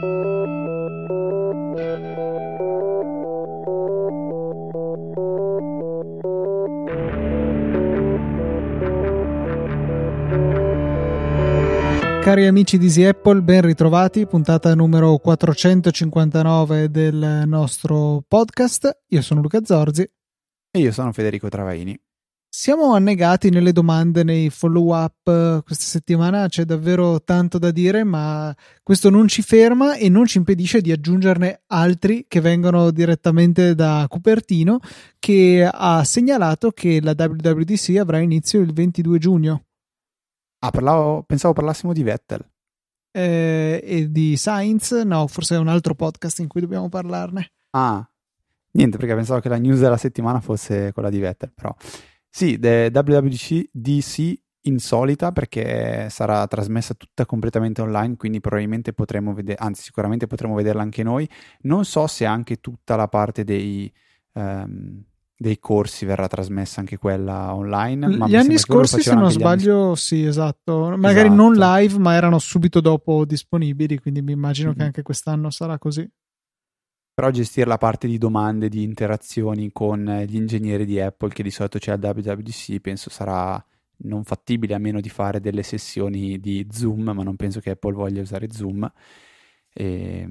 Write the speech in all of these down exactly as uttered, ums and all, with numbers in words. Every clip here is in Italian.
Cari amici di Easy Apple, ben ritrovati, puntata numero quattrocentocinquantanove del nostro podcast. Io sono Luca Zorzi. E io sono Federico Travaini. Siamo annegati nelle domande, nei follow up. Questa settimana c'è davvero tanto da dire, ma questo non ci ferma e non ci impedisce di aggiungerne altri che vengono direttamente da Cupertino, che ha segnalato che la W W D C avrà inizio il ventidue giugno. Ah, parlavo, pensavo parlassimo di Vettel. Eh, e di Sainz? No, forse è un altro podcast in cui dobbiamo parlarne. Ah, niente, perché pensavo che la news della settimana fosse quella di Vettel, però. Sì, W W D C insolita perché sarà trasmessa tutta completamente online, quindi probabilmente potremo vedere, anzi sicuramente potremo vederla anche noi. Non so se anche tutta la parte dei... Um, dei corsi verrà trasmessa anche quella online. Gli ma anni scorsi, se non sbaglio, anni... sì, esatto. Magari esatto. Non live, ma erano subito dopo disponibili, quindi mi immagino mm-hmm. che anche quest'anno sarà così. Però gestire la parte di domande, di interazioni con gli ingegneri di Apple, che di solito c'è al W W D C, penso sarà non fattibile a meno di fare delle sessioni di Zoom, ma non penso che Apple voglia usare Zoom. E,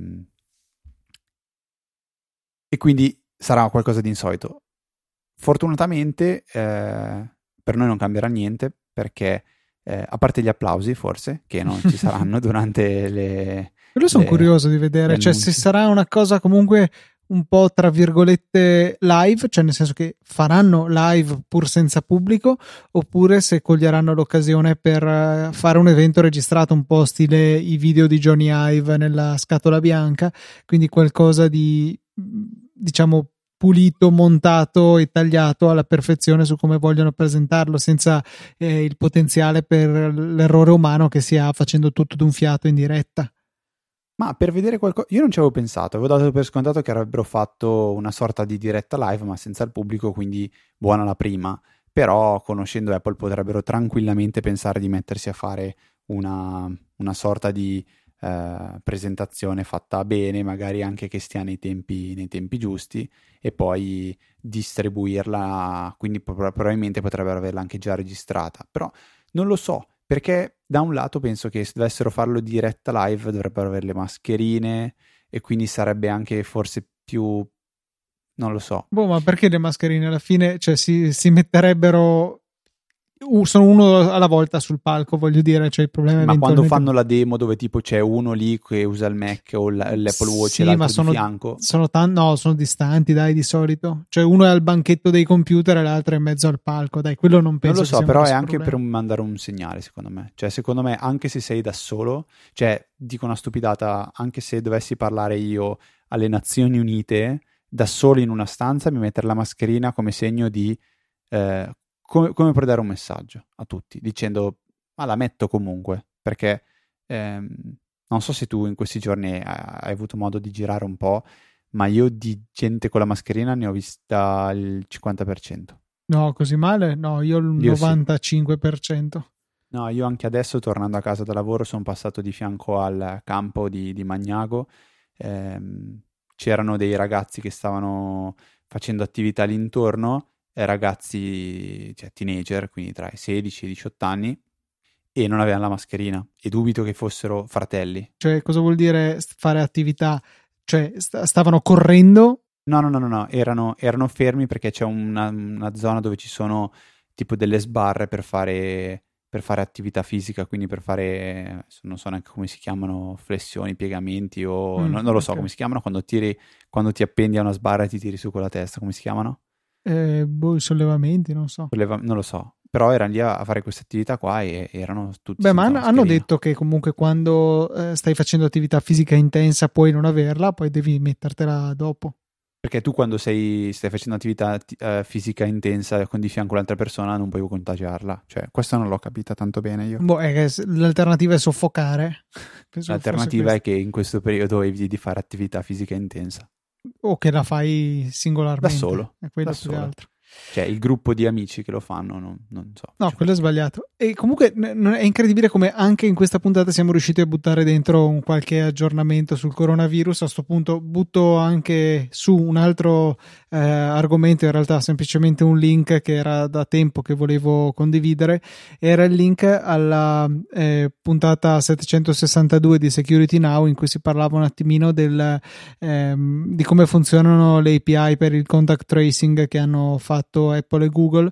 e quindi sarà qualcosa di insolito. Fortunatamente eh, per noi non cambierà niente perché eh, a parte gli applausi forse che non ci saranno durante le quello sono le, curioso di vedere, cioè se sarà una cosa comunque un po' tra virgolette live, cioè nel senso che faranno live pur senza pubblico, oppure se coglieranno l'occasione per fare un evento registrato un po' stile i video di Johnny Ive nella scatola bianca, quindi qualcosa di diciamo pulito, montato e tagliato alla perfezione su come vogliono presentarlo, senza eh, il potenziale per l'errore umano che si ha facendo tutto d'un fiato in diretta. Ma per vedere qualcosa, io non ci avevo pensato, avevo dato per scontato che avrebbero fatto una sorta di diretta live ma senza il pubblico, quindi buona la prima, però conoscendo Apple potrebbero tranquillamente pensare di mettersi a fare una, una sorta di Uh, presentazione fatta bene, magari anche che stia nei tempi, nei tempi giusti, e poi distribuirla, quindi probabilmente potrebbero averla anche già registrata, però non lo so, perché da un lato penso che se dovessero farlo diretta live dovrebbero avere le mascherine e quindi sarebbe anche forse più, non lo so. Boh, ma perché le mascherine alla fine, cioè si, si metterebbero sono uno alla volta sul palco, voglio dire, cioè il problema ma quando fanno la demo dove tipo c'è uno lì che usa il Mac o l'Apple Watch sì, e l'altro ma sono, di fianco sono tan- no, sono distanti dai di solito, cioè uno è al banchetto dei computer e l'altro è in mezzo al palco, dai, quello non penso non lo so, che però sia è anche problema. Per mandare un segnale secondo me, cioè secondo me anche se sei da solo, cioè dico una stupidata, anche se dovessi parlare io alle Nazioni Unite da solo in una stanza, mi mettere la mascherina come segno di eh, Come, come per dare un messaggio a tutti, dicendo ma la metto comunque, perché ehm, non so se tu in questi giorni hai, hai avuto modo di girare un po', ma io di gente con la mascherina ne ho vista il cinquanta per cento. No, così male? No, io il io novantacinque per cento. Sì. No, io anche adesso tornando a casa da lavoro sono passato di fianco al campo di, di Magnago, ehm, c'erano dei ragazzi che stavano facendo attività lì intorno, ragazzi, cioè teenager, quindi tra i sedici e i diciotto anni, e non avevano la mascherina e dubito che fossero fratelli. Cioè cosa vuol dire fare attività? Cioè st- stavano correndo? No, no, no, no, no. Erano, erano fermi perché c'è una, una zona dove ci sono tipo delle sbarre per fare, per fare attività fisica, quindi per fare, non so neanche come si chiamano, flessioni, piegamenti o mm, non, non lo so okay. come si chiamano quando tiri, quando ti appendi a una sbarra e ti tiri su con la testa, come si chiamano? Eh, boh, sollevamenti, non so. Solleva- non lo so, però erano lì a fare queste attività qua e erano tutti. Beh, ma hanno detto che comunque quando eh, stai facendo attività fisica intensa puoi non averla, poi devi mettertela dopo. Perché tu quando sei, stai facendo attività uh, fisica intensa con di fianco un'altra persona non puoi contagiarla. Cioè, questo non l'ho capita tanto bene io. Boh, è che l'alternativa è soffocare. Penso l'alternativa è che in questo periodo eviti di fare attività fisica intensa. O che la fai singolarmente. Da solo. È quello da più solo. che altro. Cioè il gruppo di amici che lo fanno, non, non so. No, cioè, quello è sbagliato. E comunque n- è incredibile come anche in questa puntata siamo riusciti a buttare dentro un qualche aggiornamento sul coronavirus. A sto punto butto anche su un altro eh, argomento, in realtà semplicemente un link che era da tempo che volevo condividere. Era il link alla eh, puntata settecentosessantadue di Security Now, in cui si parlava un attimino del, ehm, di come funzionano le A P I per il contact tracing che hanno fatto Apple e Google,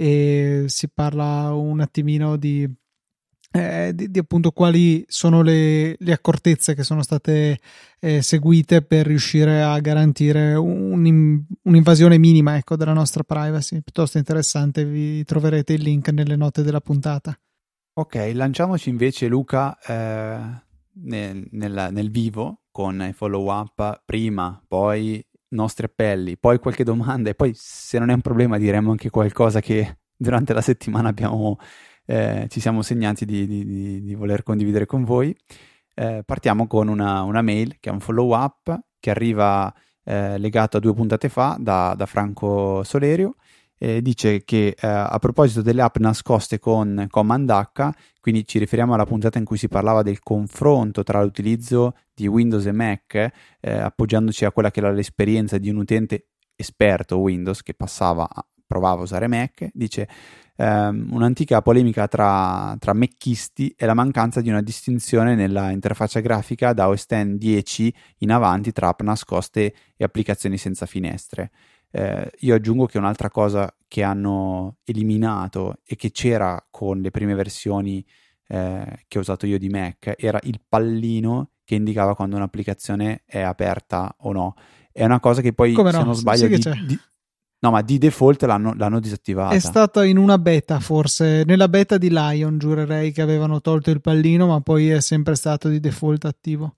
e si parla un attimino di, eh, di, di appunto quali sono le, le accortezze che sono state eh, seguite per riuscire a garantire un, un'invasione minima, ecco, della nostra privacy. Piuttosto interessante, vi troverete il link nelle note della puntata. Ok, lanciamoci invece, Luca, eh, nel, nel, nel vivo con i follow up prima, poi nostri appelli, poi qualche domanda, e poi, se non è un problema, diremo anche qualcosa che durante la settimana abbiamo, eh, ci siamo segnati di, di, di, di voler condividere con voi. Eh, partiamo con una, una mail che è un follow up che arriva eh, legato a due puntate fa da, da Franco Solerio. Eh, dice che eh, a proposito delle app nascoste con Command H, quindi ci riferiamo alla puntata in cui si parlava del confronto tra l'utilizzo di Windows e Mac, eh, appoggiandoci a quella che era l'esperienza di un utente esperto Windows che passava a, provava a usare Mac. Dice ehm, un'antica polemica tra, tra Macisti è la mancanza di una distinzione nella interfaccia grafica da O S X dieci in avanti tra app nascoste e applicazioni senza finestre. Eh, io aggiungo che un'altra cosa che hanno eliminato e che c'era con le prime versioni eh, che ho usato io di Mac era il pallino che indicava quando un'applicazione è aperta o no. È una cosa che poi, Come se no? non sbaglio, Sì, di, di, no, ma di default l'hanno, l'hanno disattivata. È stata in una beta, forse nella beta di Lion, giurerei che avevano tolto il pallino, ma poi è sempre stato di default attivo.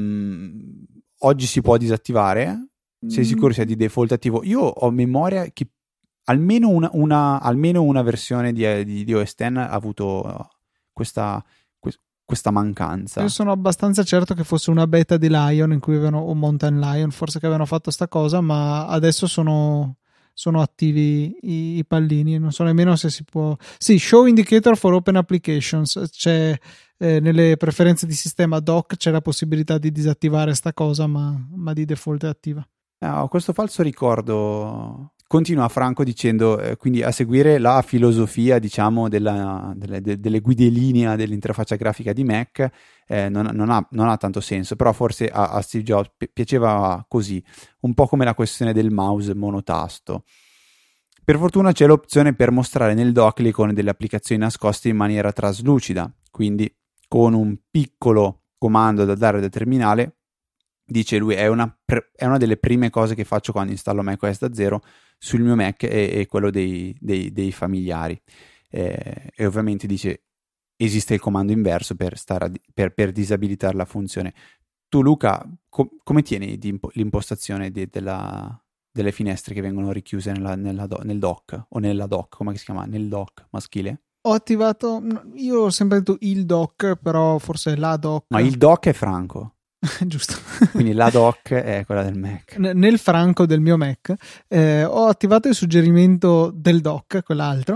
Mm, oggi si può disattivare? Sei sicuro sia di default attivo? Io ho memoria che almeno una, una, almeno una versione di, di, di O S X ha avuto questa, questa mancanza. Io sono abbastanza certo che fosse una beta di Lion in cui avevano, o Mountain Lion forse, che avevano fatto sta cosa, ma adesso sono, sono attivi i, i pallini. Non so nemmeno se si può. Sì, Show Indicator for Open Applications. C'è eh, nelle preferenze di sistema doc c'è la possibilità di disattivare sta cosa, ma, ma di default è attiva. No, questo falso ricordo. Continua Franco dicendo, eh, quindi a seguire la filosofia, diciamo, della, delle, de, delle guide linea dell'interfaccia grafica di Mac eh, non, non, ha, non ha tanto senso, però forse a, a Steve Jobs pi- piaceva così, un po' come la questione del mouse monotasto. Per fortuna c'è l'opzione per mostrare nel dock le icone delle applicazioni nascoste in maniera traslucida, quindi con un piccolo comando da dare dal terminale. Dice lui, è una, pre- è una delle prime cose che faccio quando installo macOS da zero sul mio Mac e, e quello dei, dei, dei familiari. Eh, e ovviamente dice, esiste il comando inverso per, stare a, per, per disabilitare la funzione. Tu, Luca, com- come tieni impo- l'impostazione de- della, delle finestre che vengono richiuse nella, nella do- nel dock o nella dock, come si chiama? Nel dock maschile? Ho attivato, io ho sempre detto il dock, però forse è la dock. No, il dock è Franco. Giusto. Quindi la dock è quella del Mac. Nel Franco del mio Mac eh, ho attivato il suggerimento del dock, quell'altro,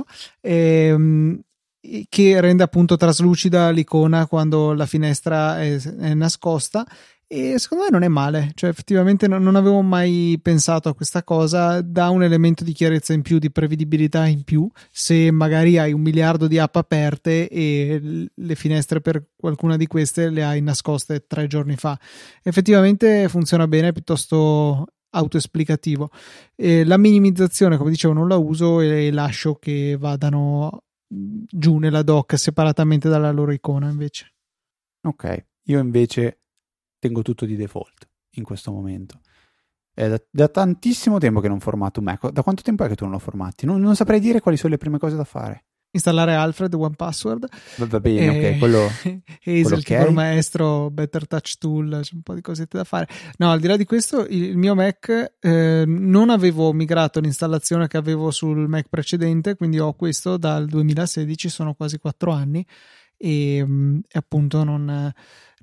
ehm, che rende appunto traslucida l'icona quando la finestra è, è nascosta, e secondo me non è male, cioè effettivamente non, non avevo mai pensato a questa cosa. Dà un elemento di chiarezza in più, di prevedibilità in più, se magari hai un miliardo di app aperte e le finestre per qualcuna di queste le hai nascoste tre giorni fa. Effettivamente funziona bene, è piuttosto autoesplicativo. E la minimizzazione, come dicevo, non la uso e lascio che vadano giù nella dock separatamente dalla loro icona invece. Ok, io invece tengo tutto di default in questo momento. È da, da tantissimo tempo che non formato Mac. Da quanto tempo è che tu non lo formati? Non, non saprei dire quali sono le prime cose da fare. Installare Alfred One Password. Va, va bene, e, ok, quello Hazel, quello okay. Keyboard Maestro, Better Touch Tool, c'è un po' di cosette da fare. No, al di là di questo, il, il mio Mac eh, non avevo migrato l'installazione che avevo sul Mac precedente, quindi ho questo dal duemilasedici, sono quasi quattro anni, e, e appunto non...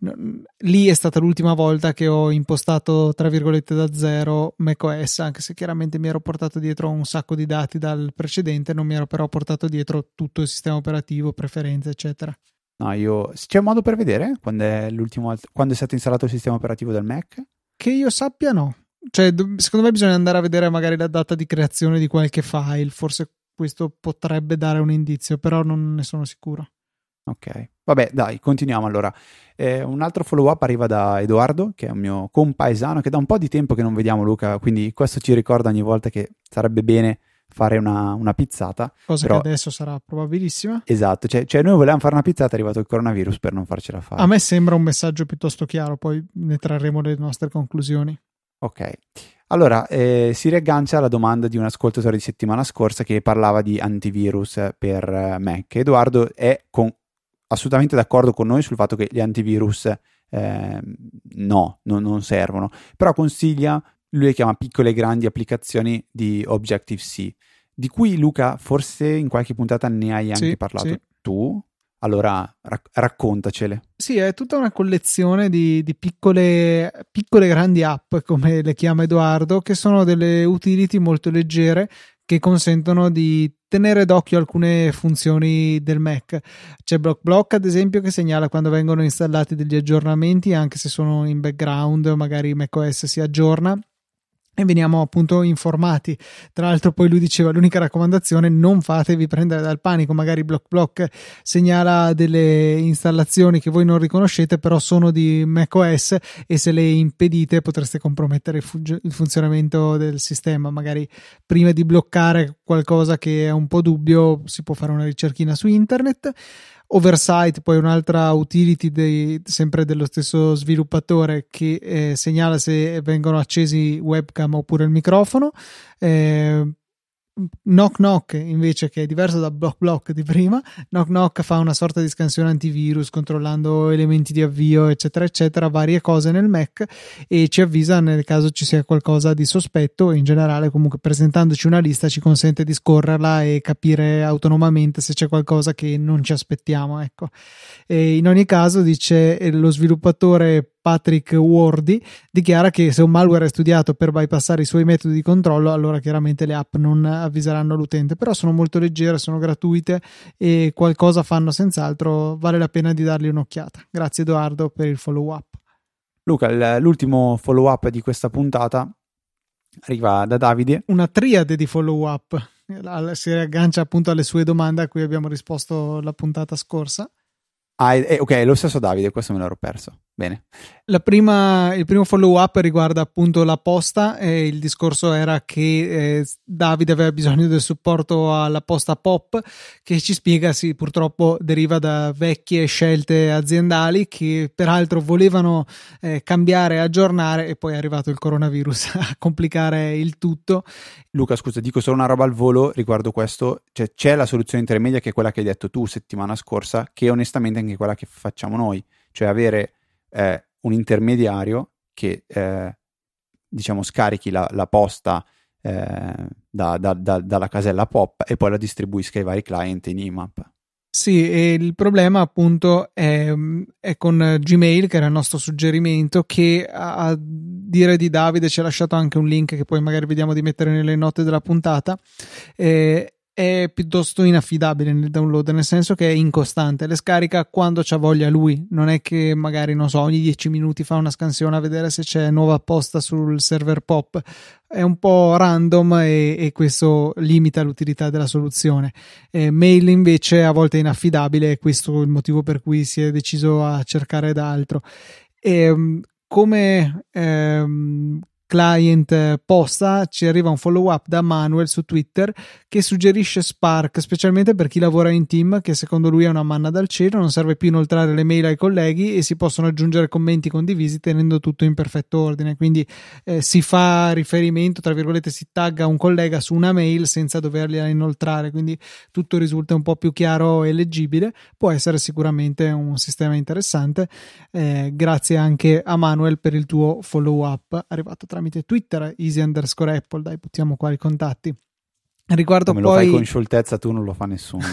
lì è stata l'ultima volta che ho impostato tra virgolette da zero macOS, anche se chiaramente mi ero portato dietro un sacco di dati dal precedente, non mi ero però portato dietro tutto il sistema operativo, preferenze eccetera. No, io c'è modo per vedere quando è l'ultimo quando è stato installato il sistema operativo del Mac? Che io sappia no, cioè secondo me bisogna andare a vedere magari la data di creazione di qualche file, forse questo potrebbe dare un indizio, però non ne sono sicuro. Ok, vabbè dai, continuiamo allora. Eh, un altro follow up arriva da Edoardo, che è un mio compaesano, che da un po' di tempo che non vediamo, Luca, quindi questo ci ricorda ogni volta che sarebbe bene fare una, una pizzata. Cosa però... che adesso sarà probabilissima. Esatto, cioè, cioè noi volevamo fare una pizzata, è arrivato il coronavirus per non farcela fare. A me sembra un messaggio piuttosto chiaro, poi ne trarremo le nostre conclusioni. Ok, allora eh, si riaggancia alla domanda di un ascoltatore di settimana scorsa che parlava di antivirus per Mac. Edoardo è con, assolutamente d'accordo con noi sul fatto che gli antivirus eh, no, no, non servono, però consiglia, lui le chiama piccole e grandi applicazioni di Objective-C, di cui Luca forse in qualche puntata ne hai anche sì, parlato sì. tu. Allora rac- raccontacele. Sì, è tutta una collezione di, di piccole, piccole grandi app, come le chiama Edoardo, che sono delle utility molto leggere che consentono di tenere d'occhio alcune funzioni del Mac. C'è BlockBlock ad esempio che segnala quando vengono installati degli aggiornamenti, anche se sono in background, magari macOS si aggiorna e veniamo appunto informati. Tra l'altro poi lui diceva l'unica raccomandazione: non fatevi prendere dal panico, magari BlockBlock segnala delle installazioni che voi non riconoscete però sono di macOS e se le impedite potreste compromettere il, fun- il funzionamento del sistema. Magari prima di bloccare qualcosa che è un po' dubbio si può fare una ricerchina su internet. Oversight, poi un'altra utility dei, sempre dello stesso sviluppatore, che eh, segnala se vengono accesi webcam oppure il microfono. eh, Knock Knock invece, che è diverso da Block Block di prima, Knock Knock fa una sorta di scansione antivirus controllando elementi di avvio eccetera eccetera, varie cose nel Mac, e ci avvisa nel caso ci sia qualcosa di sospetto, e in generale comunque presentandoci una lista ci consente di scorrerla e capire autonomamente se c'è qualcosa che non ci aspettiamo, ecco. E in ogni caso, dice lo sviluppatore Patrick Wardy, dichiara che se un malware è studiato per bypassare i suoi metodi di controllo, allora chiaramente le app non avviseranno l'utente, però sono molto leggere, sono gratuite e qualcosa fanno senz'altro, vale la pena di dargli un'occhiata. Grazie Edoardo per il follow up. Luca, l'ultimo follow up di questa puntata arriva da Davide. Una triade di follow up, si riaggancia appunto alle sue domande a cui abbiamo risposto la puntata scorsa. Ah, eh, ok, è lo stesso Davide, questo me l'ero perso. Bene. La prima, il primo follow up riguarda appunto la posta, e il discorso era che eh, Davide aveva bisogno del supporto alla posta P O P, che ci spiega sì, purtroppo deriva da vecchie scelte aziendali che peraltro volevano eh, cambiare e aggiornare, e poi è arrivato il coronavirus a complicare il tutto. Luca, scusa, dico solo una roba al volo riguardo questo, cioè c'è la soluzione intermedia che è quella che hai detto tu settimana scorsa, che onestamente è anche quella che facciamo noi, cioè avere Eh, un intermediario che eh, diciamo scarichi la, la posta eh, da, da, da, dalla casella P O P e poi la distribuisca ai vari client in I M A P. Sì, e il problema appunto è, è con Gmail, che era il nostro suggerimento, che a, a dire di Davide ci ha lasciato anche un link che poi magari vediamo di mettere nelle note della puntata. eh, è piuttosto inaffidabile nel download, nel senso che è incostante, le scarica quando c'ha voglia lui, non è che magari non so ogni dieci minuti fa una scansione a vedere se c'è nuova posta sul server P O P, è un po' random e, e questo limita l'utilità della soluzione. eh, Mail invece a volte è inaffidabile, e questo è il motivo per cui si è deciso a cercare da altro. E, come ehm, client posta ci arriva un follow up da Manuel su Twitter che suggerisce Spark, specialmente per chi lavora in team, che secondo lui è una manna dal cielo, non serve più inoltrare le mail ai colleghi e si possono aggiungere commenti condivisi tenendo tutto in perfetto ordine, quindi eh, si fa riferimento, tra virgolette, si tagga un collega su una mail senza dovergliela inoltrare, quindi tutto risulta un po' più chiaro e leggibile. Può essere sicuramente un sistema interessante. Eh, grazie anche a Manuel per il tuo follow up arrivato tramite Twitter, easy underscore apple, dai, buttiamo qua i contatti. Riguardo Come poi... lo fai con scioltezza tu, non lo fa nessuno.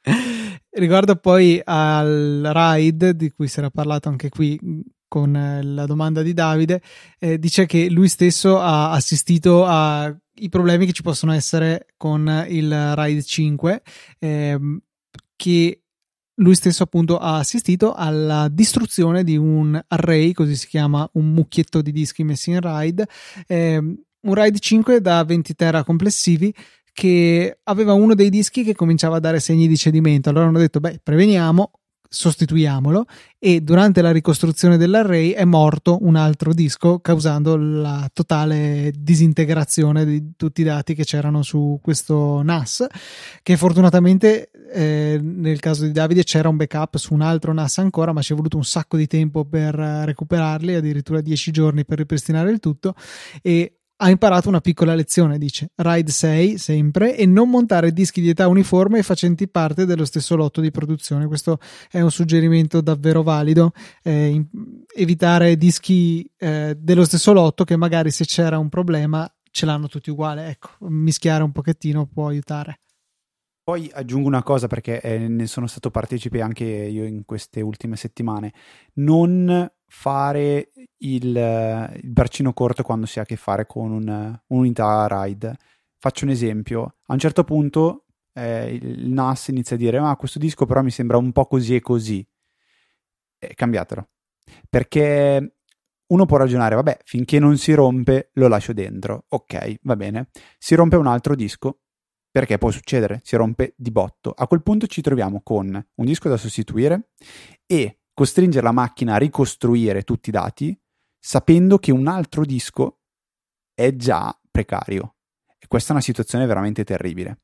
Riguardo poi al RAID, di cui si era parlato anche qui con la domanda di Davide, eh, dice che lui stesso ha assistito ai problemi che ci possono essere con il RAID cinque, eh, che lui stesso appunto ha assistito alla distruzione di un array, così si chiama un mucchietto di dischi messi in RAID, eh, un RAID cinque da venti tera complessivi, che aveva uno dei dischi che cominciava a dare segni di cedimento. Allora hanno detto, beh, preveniamo, sostituiamolo, e durante la ricostruzione dell'array è morto un altro disco, causando la totale disintegrazione di tutti i dati che c'erano su questo N A S, che fortunatamente eh, nel caso di Davide c'era un backup su un altro N A S ancora, ma ci è voluto un sacco di tempo per recuperarli, addirittura dieci giorni per ripristinare il tutto, e ha imparato una piccola lezione, dice RAID sei sempre, e non montare dischi di età uniforme e facenti parte dello stesso lotto di produzione. Questo è un suggerimento davvero valido, eh, in, evitare dischi eh, dello stesso lotto che magari se c'era un problema ce l'hanno tutti uguali, ecco, mischiare un pochettino può aiutare. Poi aggiungo una cosa, perché eh, ne sono stato partecipe anche io in queste ultime settimane: non fare il, il braccino corto quando si ha a che fare con un, un'unità RAID. Faccio un esempio: a un certo punto eh, il N A S inizia a dire ma questo disco però mi sembra un po' così e così, eh, cambiatelo, perché uno può ragionare, vabbè, finché non si rompe lo lascio dentro, ok, va bene, si rompe un altro disco, perché può succedere, si rompe di botto, a quel punto ci troviamo con un disco da sostituire e costringere la macchina a ricostruire tutti i dati sapendo che un altro disco è già precario, e questa è una situazione veramente terribile.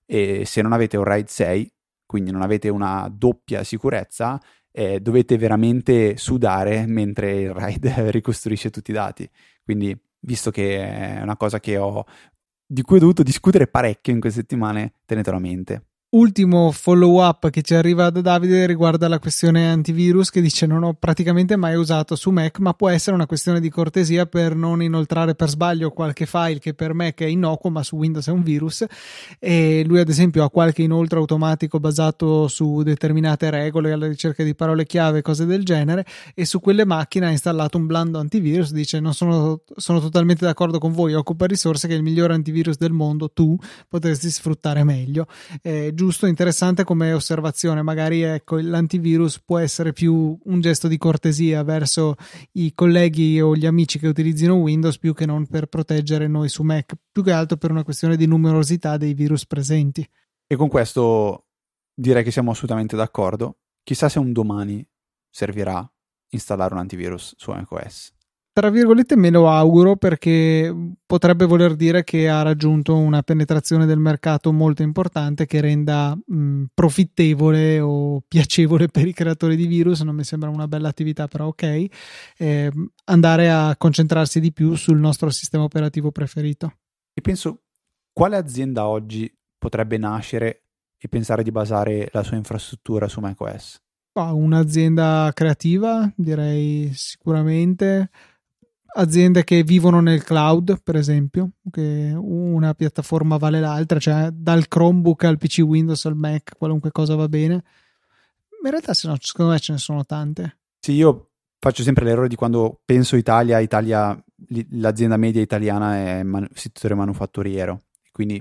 E se non avete un RAID sei, quindi non avete una doppia sicurezza, eh, dovete veramente sudare mentre il RAID ricostruisce tutti i dati. Quindi, visto che è una cosa che ho di cui ho dovuto discutere parecchio in queste settimane, tenetelo a mente. Ultimo follow up che ci arriva da Davide riguarda la questione antivirus, che dice non ho praticamente mai usato su Mac, ma può essere una questione di cortesia per non inoltrare per sbaglio qualche file che per Mac è innocuo ma su Windows è un virus. E lui ad esempio ha qualche inoltro automatico basato su determinate regole alla ricerca di parole chiave, cose del genere, e su quelle macchine ha installato un blando antivirus. Dice non sono, sono totalmente d'accordo con voi, occupa risorse che il migliore antivirus del mondo tu potresti sfruttare meglio. eh, Giusto, interessante come osservazione. Magari ecco, l'antivirus può essere più un gesto di cortesia verso i colleghi o gli amici che utilizzino Windows, più che non per proteggere noi su Mac, più che altro per una questione di numerosità dei virus presenti. E con questo direi che siamo assolutamente d'accordo. Chissà se un domani servirà installare un antivirus su macOS. Tra virgolette me lo auguro, perché potrebbe voler dire che ha raggiunto una penetrazione del mercato molto importante che renda mh, profittevole o piacevole per i creatori di virus. Non mi sembra una bella attività, però ok, eh, andare a concentrarsi di più sul nostro sistema operativo preferito. E penso, quale azienda oggi potrebbe nascere e pensare di basare la sua infrastruttura su macOS? Oh, un'azienda creativa, direi sicuramente. Aziende che vivono nel cloud, per esempio, che una piattaforma vale l'altra, cioè dal Chromebook al P C Windows al Mac, qualunque cosa va bene. In realtà, se no, secondo me ce ne sono tante. Sì, io faccio sempre l'errore di quando penso Italia, Italia, l'azienda media italiana è man- settore manufatturiero, quindi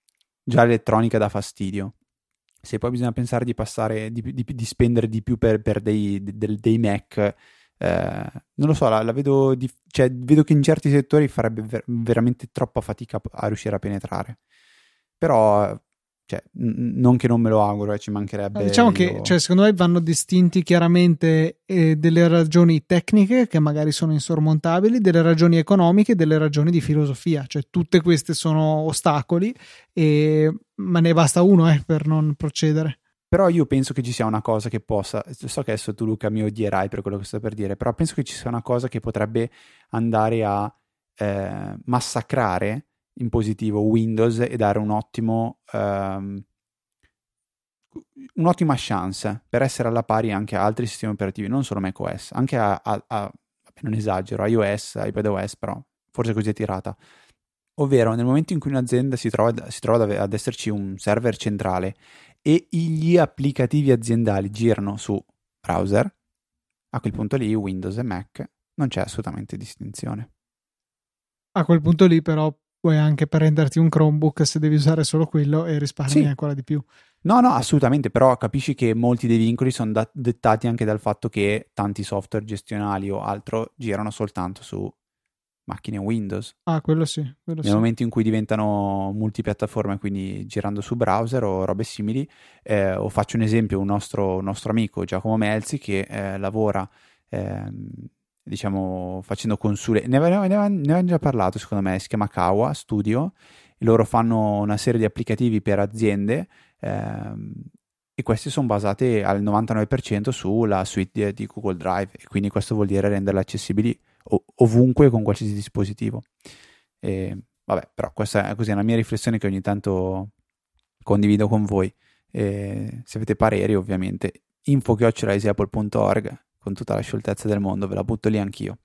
già l'elettronica dà fastidio. Se poi bisogna pensare di passare, di, di, di spendere di più per, per dei, dei, dei Mac, Eh, non lo so, la, la vedo, di, cioè, vedo che in certi settori farebbe ver- veramente troppa fatica a riuscire a penetrare. Però, cioè, n- non che non me lo auguro, eh, ci mancherebbe. Diciamo io... che, cioè, secondo me vanno distinti chiaramente eh, delle ragioni tecniche che magari sono insormontabili, delle ragioni economiche e delle ragioni di filosofia. Cioè, tutte queste sono ostacoli, e... ma ne basta uno eh, per non procedere. Però io penso che ci sia una cosa che possa, so che adesso tu Luca mi odierai per quello che sto per dire, però penso che ci sia una cosa che potrebbe andare a eh, massacrare in positivo Windows e dare un ottimo, um, un'ottima chance per essere alla pari anche a altri sistemi operativi, non solo macOS, anche a, a, a non esagero, iOS, iPadOS, però forse così è tirata, ovvero nel momento in cui un'azienda si trova, si trova ad, ad esserci un server centrale e gli applicativi aziendali girano su browser, a quel punto lì Windows e Mac non c'è assolutamente distinzione. A quel punto lì però puoi anche prenderti un Chromebook se devi usare solo quello e risparmi sì. ancora di più. No, no, assolutamente, però capisci che molti dei vincoli sono da- dettati anche dal fatto che tanti software gestionali o altro girano soltanto su macchine Windows. Ah, quello sì. Quello Nel sì. momento in cui diventano multipiattaforme, quindi girando su browser o robe simili, eh, o faccio un esempio, un nostro, un nostro amico Giacomo Melzi che eh, lavora, ehm, diciamo, facendo consulenza, ne avevamo ne ave- ne avevamo già parlato secondo me, si chiama Kawa Studio, e loro fanno una serie di applicativi per aziende, ehm, e questi sono basati al novantanove per cento sulla suite di, di Google Drive, e quindi questo vuol dire renderle accessibili ov- ovunque con qualsiasi dispositivo. E, vabbè, però questa è così, è una mia riflessione che ogni tanto condivido con voi. E se avete pareri, ovviamente, info chiocciola easyapple punto org, con tutta la scioltezza del mondo, ve la butto lì anch'io.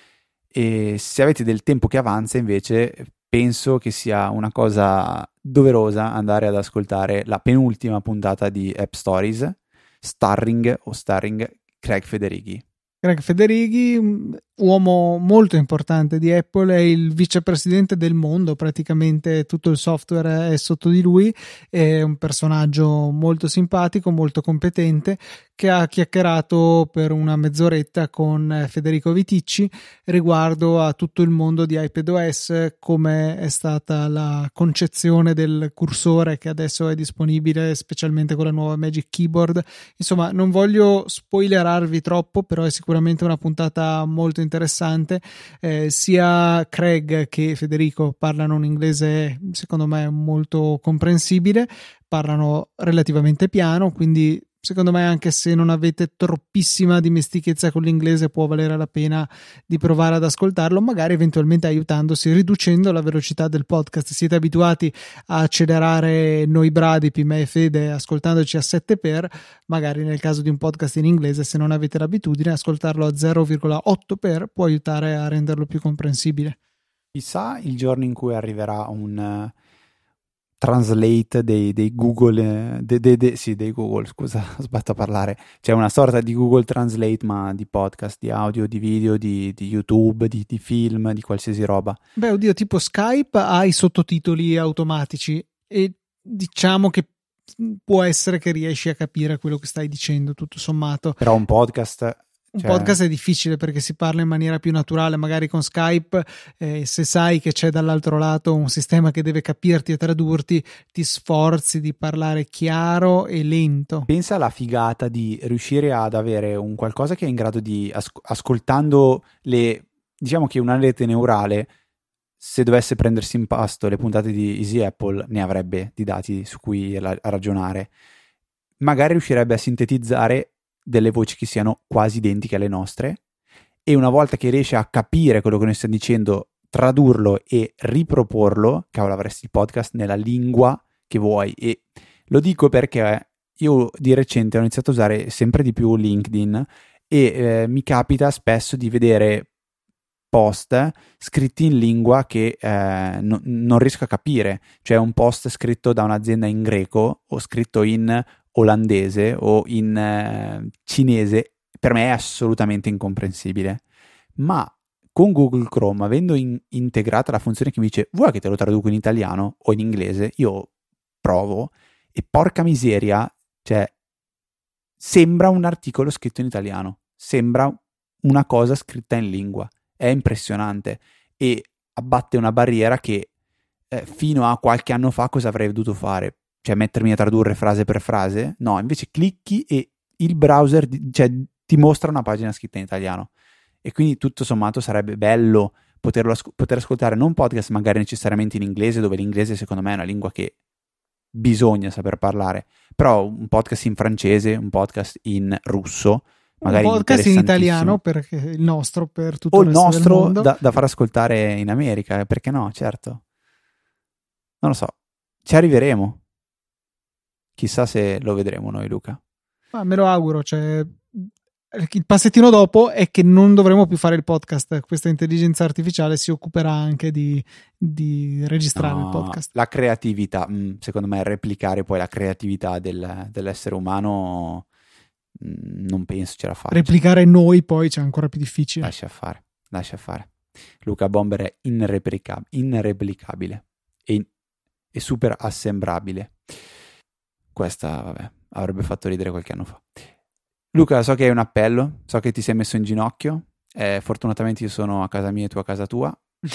E se avete del tempo che avanza, invece, penso che sia una cosa doverosa andare ad ascoltare la penultima puntata di App Stories, starring o starring Craig Federighi. Craig Federighi, uomo molto importante di Apple, è il vicepresidente del mondo, praticamente tutto il software è sotto di lui, è un personaggio molto simpatico, molto competente, che ha chiacchierato per una mezz'oretta con Federico Viticci riguardo a tutto il mondo di iPadOS, come è stata la concezione del cursore che adesso è disponibile specialmente con la nuova Magic Keyboard. Insomma, non voglio spoilerarvi troppo, però è sicuramente una puntata molto interessante. Eh, sia Craig che Federico parlano un inglese secondo me molto comprensibile, parlano relativamente piano, quindi secondo me, anche se non avete troppissima dimestichezza con l'inglese, può valere la pena di provare ad ascoltarlo, magari eventualmente aiutandosi, riducendo la velocità del podcast. Siete abituati a accelerare noi bradipi, me e Fede, ascoltandoci a sette per, magari nel caso di un podcast in inglese, se non avete l'abitudine, ascoltarlo a zero virgola otto per può aiutare a renderlo più comprensibile. Chissà il giorno in cui arriverà un... Uh... translate dei, dei Google, de, de, de, sì, dei Google, scusa, ho sbagliato a parlare. C'è una sorta di Google Translate, ma di podcast, di audio, di video, di, di YouTube, di, di film, di qualsiasi roba. Beh, oddio, tipo Skype ha i sottotitoli automatici e diciamo che può essere che riesci a capire quello che stai dicendo, tutto sommato. Però un podcast... Un cioè... podcast è difficile perché si parla in maniera più naturale, magari con Skype, eh, se sai che c'è dall'altro lato un sistema che deve capirti e tradurti, ti sforzi di parlare chiaro e lento. Pensa alla figata di riuscire ad avere un qualcosa che è in grado di, as- ascoltando le, diciamo che una rete neurale, se dovesse prendersi in pasto le puntate di Easy Apple, ne avrebbe di dati su cui la- ragionare. Magari riuscirebbe a sintetizzare delle voci che siano quasi identiche alle nostre, e una volta che riesce a capire quello che noi stiamo dicendo, tradurlo e riproporlo, cavolo, avresti il podcast nella lingua che vuoi. E lo dico perché io di recente ho iniziato a usare sempre di più LinkedIn e eh, mi capita spesso di vedere post scritti in lingua che eh, no, non riesco a capire, cioè un post scritto da un'azienda in greco o scritto in olandese o in eh, cinese, per me è assolutamente incomprensibile. Ma con Google Chrome, avendo in- integrata la funzione che mi dice vuoi che te lo traduco in italiano o in inglese, io provo e porca miseria, cioè sembra un articolo scritto in italiano, sembra una cosa scritta in lingua, è impressionante e abbatte una barriera che eh, fino a qualche anno fa cosa avrei dovuto fare? Cioè mettermi a tradurre frase per frase? No, invece clicchi e il browser cioè, ti mostra una pagina scritta in italiano. E quindi tutto sommato sarebbe bello poterlo asco- poter ascoltare non podcast magari necessariamente in inglese, dove l'inglese secondo me è una lingua che bisogna saper parlare, però un podcast in francese, un podcast in russo, magari un podcast in italiano, perché il nostro per tutto o il il resto nostro del mondo. Da, da far ascoltare in America, perché no, certo. Non lo so, ci arriveremo. Chissà se lo vedremo noi, Luca. Ma me lo auguro, cioè il passettino dopo è che non dovremo più fare il podcast, questa intelligenza artificiale si occuperà anche di, di registrare no, il podcast. La creatività, secondo me replicare poi la creatività del, dell'essere umano non penso ce la faccia. Replicare noi poi c'è ancora più difficile. Lascia fare, lascia fare. Luca Bomber è inreplicab- inreplicabile e, e super assembrabile. Questa, vabbè, avrebbe fatto ridere qualche anno fa. Luca, so che hai un appello, so che ti sei messo in ginocchio, eh, fortunatamente io sono a casa mia e tu a casa tua.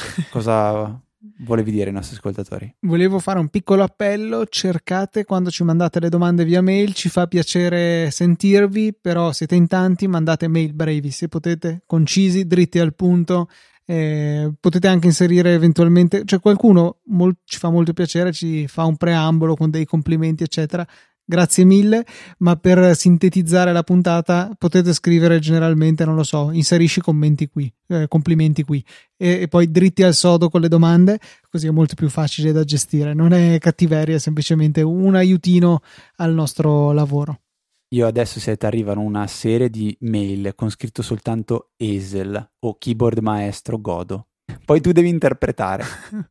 Cosa volevi dire ai nostri ascoltatori? Volevo fare un piccolo appello: cercate quando ci mandate le domande via mail, ci fa piacere sentirvi, però siete in tanti, mandate mail brevi se potete, concisi, dritti al punto. Eh, potete anche inserire eventualmente, cioè qualcuno mol- ci fa molto piacere, ci fa un preambolo con dei complimenti eccetera, grazie mille, ma per sintetizzare la puntata potete scrivere generalmente, non lo so, inserisci commenti qui, eh, complimenti qui e, e poi dritti al sodo con le domande, così è molto più facile da gestire, non è cattiveria, è semplicemente un aiutino al nostro lavoro. Io adesso, se ti arrivano una serie di mail con scritto soltanto E S L o keyboard maestro, godo. Poi tu devi interpretare.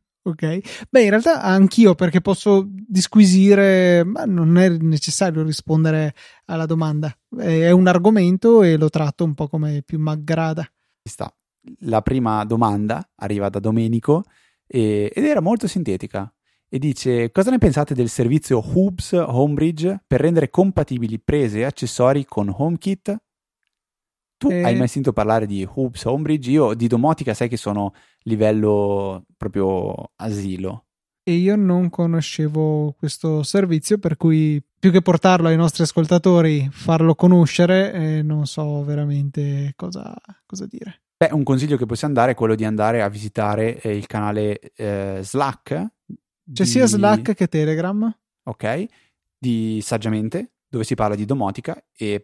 Ok, beh, in realtà anch'io, perché posso disquisire, ma non è necessario rispondere alla domanda. È un argomento e lo tratto un po' come più m'aggrada. Sta. La prima domanda arriva da Domenico e, ed era molto sintetica. E dice: cosa ne pensate del servizio Hoops Homebridge per rendere compatibili prese e accessori con HomeKit? Tu eh... hai mai sentito parlare di Hoops Homebridge? Io di domotica sai che sono livello proprio asilo. E io non conoscevo questo servizio, per cui più che portarlo ai nostri ascoltatori, farlo conoscere, eh, non so veramente cosa, cosa dire. Beh, un consiglio che possiamo dare è quello di andare a visitare eh, il canale eh, Slack. C'è di... sia Slack che Telegram. Ok, di Saggiamente, dove si parla di domotica e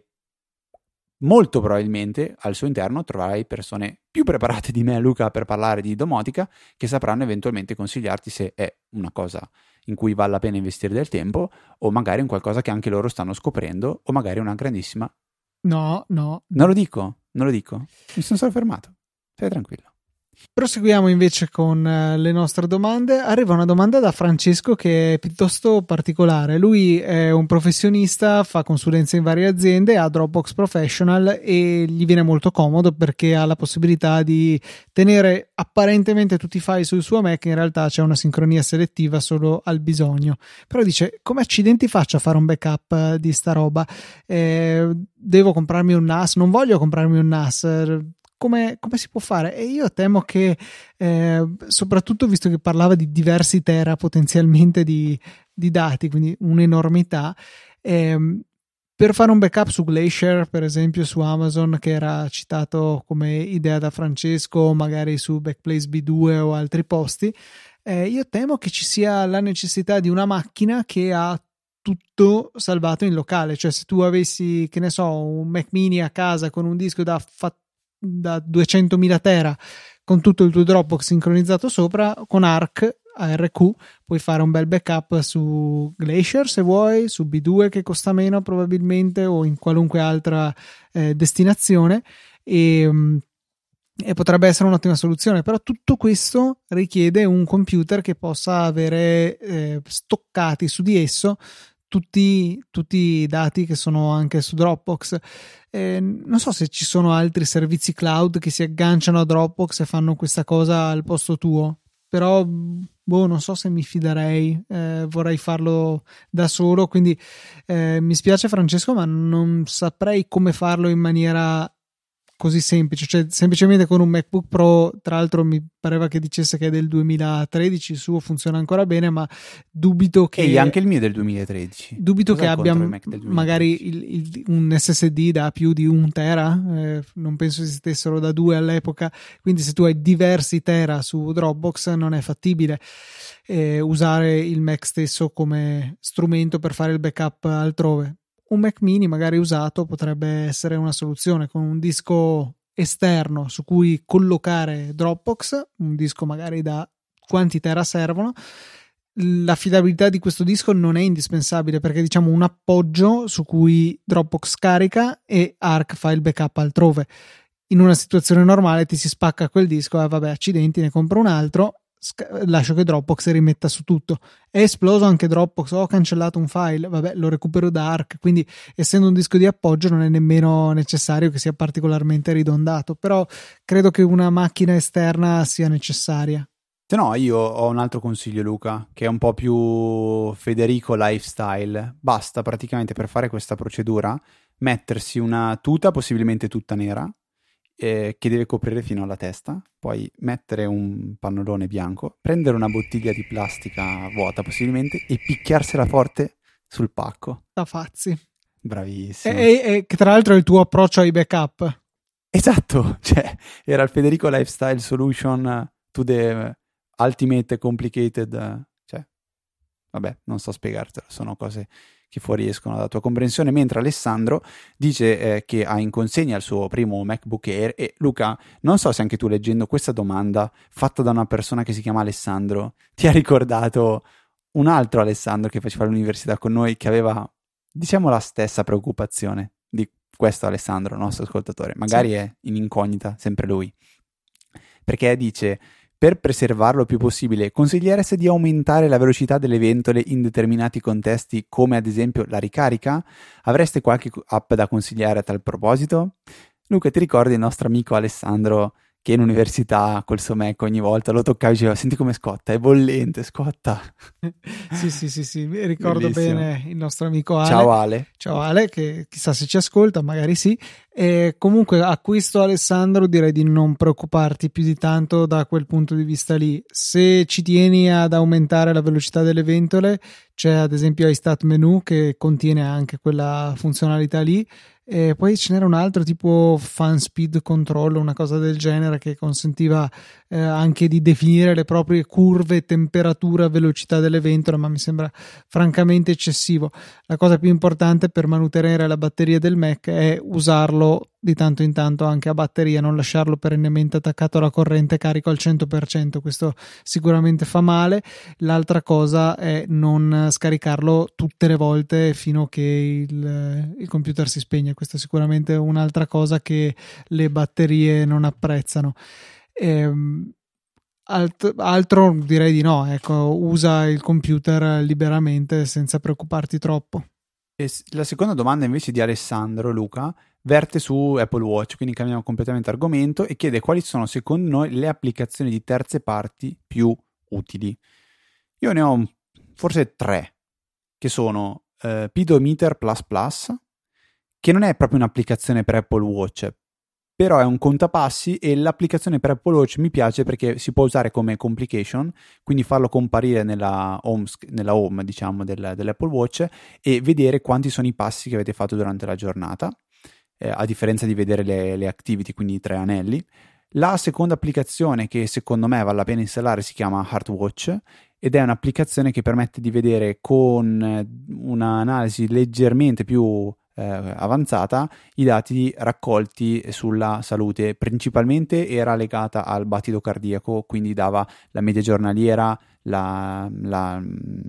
molto probabilmente al suo interno troverai persone più preparate di me, Luca, per parlare di domotica, che sapranno eventualmente consigliarti se è una cosa in cui vale la pena investire del tempo o magari in qualcosa che anche loro stanno scoprendo o magari una grandissima... No, no. Non lo dico, non lo dico. Mi sono solo fermato. Stai tranquillo. Proseguiamo invece con le nostre domande. Arriva una domanda da Francesco che è piuttosto particolare. Lui è un professionista, fa consulenze in varie aziende, ha Dropbox Professional e gli viene molto comodo perché ha la possibilità di tenere apparentemente tutti i file sul suo Mac. In realtà c'è una sincronia selettiva solo al bisogno. Però dice: come accidenti faccio a fare un backup di sta roba? Eh, devo comprarmi un N A S? Non voglio comprarmi un N A S. Come, come si può fare? E io temo che eh, soprattutto visto che parlava di diversi tera potenzialmente di, di dati, quindi un'enormità, eh, per fare un backup su Glacier, per esempio su Amazon, che era citato come idea da Francesco, magari su Backblaze B due o altri posti, eh, io temo che ci sia la necessità di una macchina che ha tutto salvato in locale. Cioè, se tu avessi, che ne so, un Mac mini a casa con un disco da fatto da duecentomila tera con tutto il tuo Dropbox sincronizzato sopra, con Arc A R Q puoi fare un bel backup su Glacier se vuoi, su B due che costa meno probabilmente, o in qualunque altra eh, destinazione, e, e potrebbe essere un'ottima soluzione. Però tutto questo richiede un computer che possa avere eh, stoccati su di esso tutti, tutti i dati che sono anche su Dropbox. Eh, non so se ci sono altri servizi cloud che si agganciano a Dropbox e fanno questa cosa al posto tuo, però boh, non so se mi fiderei, eh, vorrei farlo da solo, quindi eh, mi spiace Francesco, ma non saprei come farlo in maniera così semplice. Cioè semplicemente con un MacBook Pro, tra l'altro mi pareva che dicesse che è del duemilatredici, il suo funziona ancora bene, ma dubito che... E anche il mio è del duemilatredici. Dubito Cosa che abbia magari il, il, un S S D da più di un tera, eh, non penso esistessero da due all'epoca, quindi se tu hai diversi tera su Dropbox non è fattibile eh, usare il Mac stesso come strumento per fare il backup altrove. Un Mac mini magari usato potrebbe essere una soluzione, con un disco esterno su cui collocare Dropbox, un disco magari da quanti tera servono, l'affidabilità di questo disco non è indispensabile, perché diciamo un appoggio su cui Dropbox carica e Arc fa il backup altrove. In una situazione normale ti si spacca quel disco, eh, vabbè, accidenti, ne compro un altro, sc- lascio che Dropbox rimetta su tutto. È esploso anche Dropbox, ho cancellato un file, vabbè, lo recupero da Arc, quindi essendo un disco di appoggio non è nemmeno necessario che sia particolarmente ridondato, però credo che una macchina esterna sia necessaria. Se no, io ho un altro consiglio, Luca, che è un po' più Federico lifestyle. Basta praticamente per fare questa procedura mettersi una tuta, possibilmente tutta nera, eh, che deve coprire fino alla testa, poi mettere un pannolone bianco, prendere una bottiglia di plastica vuota possibilmente e picchiarsela forte sul pacco. Da fazzi. Bravissimo. E, e, e che tra l'altro è il tuo approccio ai backup. Esatto, cioè era il Federico lifestyle solution to the ultimate complicated, cioè vabbè, non so spiegartelo, sono cose che fuoriescono dalla tua comprensione, mentre Alessandro dice eh, che ha in consegna il suo primo MacBook Air. E Luca, non so se anche tu, leggendo questa domanda fatta da una persona che si chiama Alessandro, ti ha ricordato un altro Alessandro che faceva l'università con noi, che aveva, diciamo, la stessa preoccupazione di questo Alessandro, nostro ascoltatore, magari sì. È in incognita sempre lui, perché dice: per preservarlo il più possibile, consigliereste di aumentare la velocità delle ventole in determinati contesti, come ad esempio la ricarica? Avreste qualche app da consigliare a tal proposito? Luca, ti ricordi il nostro amico Alessandro che in università col suo Mac ogni volta lo toccava e diceva: senti come scotta, è bollente, scotta. Sì, sì, sì, sì, mi ricordo Bellissimo. Bene il nostro amico Ale. Ciao Ale. Ciao Ale, che chissà se ci ascolta, magari sì. E comunque acquisto Alessandro, direi di non preoccuparti più di tanto da quel punto di vista lì. Se ci tieni ad aumentare la velocità delle ventole, c'è ad esempio iStat Menu che contiene anche quella funzionalità lì. E poi ce n'era un altro tipo Fan Speed Control, una cosa del genere, che consentiva eh, anche di definire le proprie curve, temperatura, velocità delle ventole, ma mi sembra francamente eccessivo. La cosa più importante per mantenere la batteria del Mac è usarlo di tanto in tanto anche a batteria, non lasciarlo perennemente attaccato alla corrente carico al cento per cento, questo sicuramente fa male. L'altra cosa è non scaricarlo tutte le volte fino a che il, il computer si spegne, questa è sicuramente un'altra cosa che le batterie non apprezzano. Ehm, alt- altro direi di no, ecco, usa il computer liberamente senza preoccuparti troppo. E la seconda domanda invece di Alessandro, Luca, verte su Apple Watch, quindi cambiamo completamente argomento, e chiede quali sono secondo noi le applicazioni di terze parti più utili. Io ne ho forse tre, che sono eh, Pedometer plus plus, che non è proprio un'applicazione per Apple Watch, però è un contapassi, e l'applicazione per Apple Watch mi piace perché si può usare come complication, quindi farlo comparire nella home, nella home diciamo, del, dell'Apple Watch e vedere quanti sono i passi che avete fatto durante la giornata, eh, a differenza di vedere le, le activity, quindi i tre anelli. La seconda applicazione che secondo me vale la pena installare si chiama Heartwatch, ed è un'applicazione che permette di vedere con un'analisi leggermente più Eh, avanzata i dati raccolti sulla salute. Principalmente era legata al battito cardiaco, quindi dava la media giornaliera, la, la,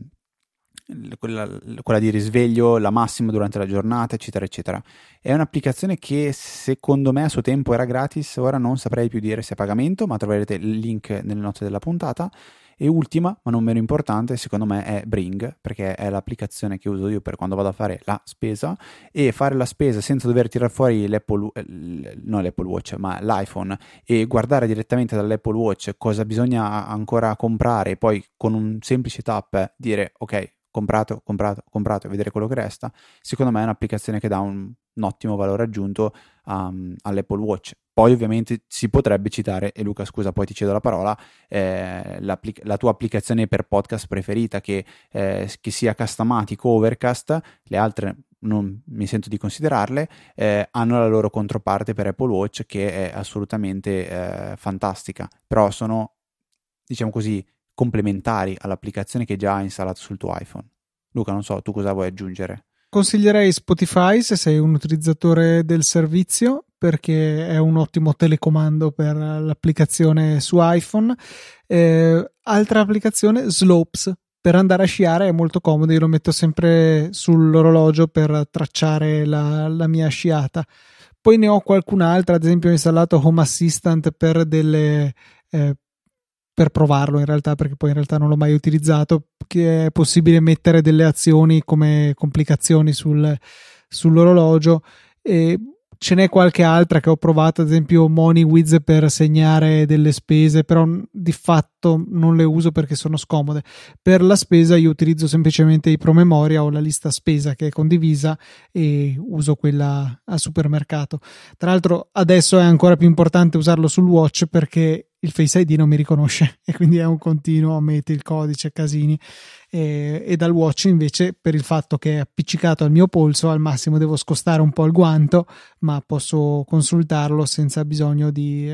quella, quella di risveglio, la massima durante la giornata, eccetera eccetera. È un'applicazione che secondo me a suo tempo era gratis, ora non saprei più dire se è a pagamento, ma troverete il link nelle note della puntata. E ultima, ma non meno importante, secondo me è Bring, perché è l'applicazione che uso io per quando vado a fare la spesa, e fare la spesa senza dover tirare fuori l'Apple, non l'Apple Watch, ma l'iPhone, e guardare direttamente dall'Apple Watch cosa bisogna ancora comprare, e poi con un semplice tap dire ok, comprato, comprato, comprato, e vedere quello che resta. Secondo me è un'applicazione che dà un, un ottimo valore aggiunto um, all'Apple Watch. Poi ovviamente si potrebbe citare, e Luca scusa poi ti cedo la parola, eh, la tua applicazione per podcast preferita, che, eh, che sia Customatic o Overcast, le altre non mi sento di considerarle, eh, hanno la loro controparte per Apple Watch che è assolutamente eh, fantastica, però sono, diciamo così, complementari all'applicazione che già hai installato sul tuo iPhone. Luca, non so, tu cosa vuoi aggiungere? Consiglierei Spotify se sei un utilizzatore del servizio, perché è un ottimo telecomando per l'applicazione su iPhone. Eh, altra applicazione, Slopes, per andare a sciare è molto comodo, io lo metto sempre sull'orologio per tracciare la, la mia sciata. Poi ne ho qualcun'altra, ad esempio ho installato Home Assistant per delle eh, per provarlo in realtà, perché poi in realtà non l'ho mai utilizzato, che è possibile mettere delle azioni come complicazioni sul, sull'orologio. E ce n'è qualche altra che ho provato, ad esempio MoneyWiz per segnare delle spese, però di fatto non le uso perché sono scomode. Per la spesa io utilizzo semplicemente i promemoria o la lista spesa che è condivisa e uso quella al supermercato. Tra l'altro adesso è ancora più importante usarlo sul watch perché il Face I D non mi riconosce e quindi è un continuo metti il codice, casini. E, e dal watch invece, per il fatto che è appiccicato al mio polso, al massimo devo scostare un po' il guanto, ma posso consultarlo senza bisogno di,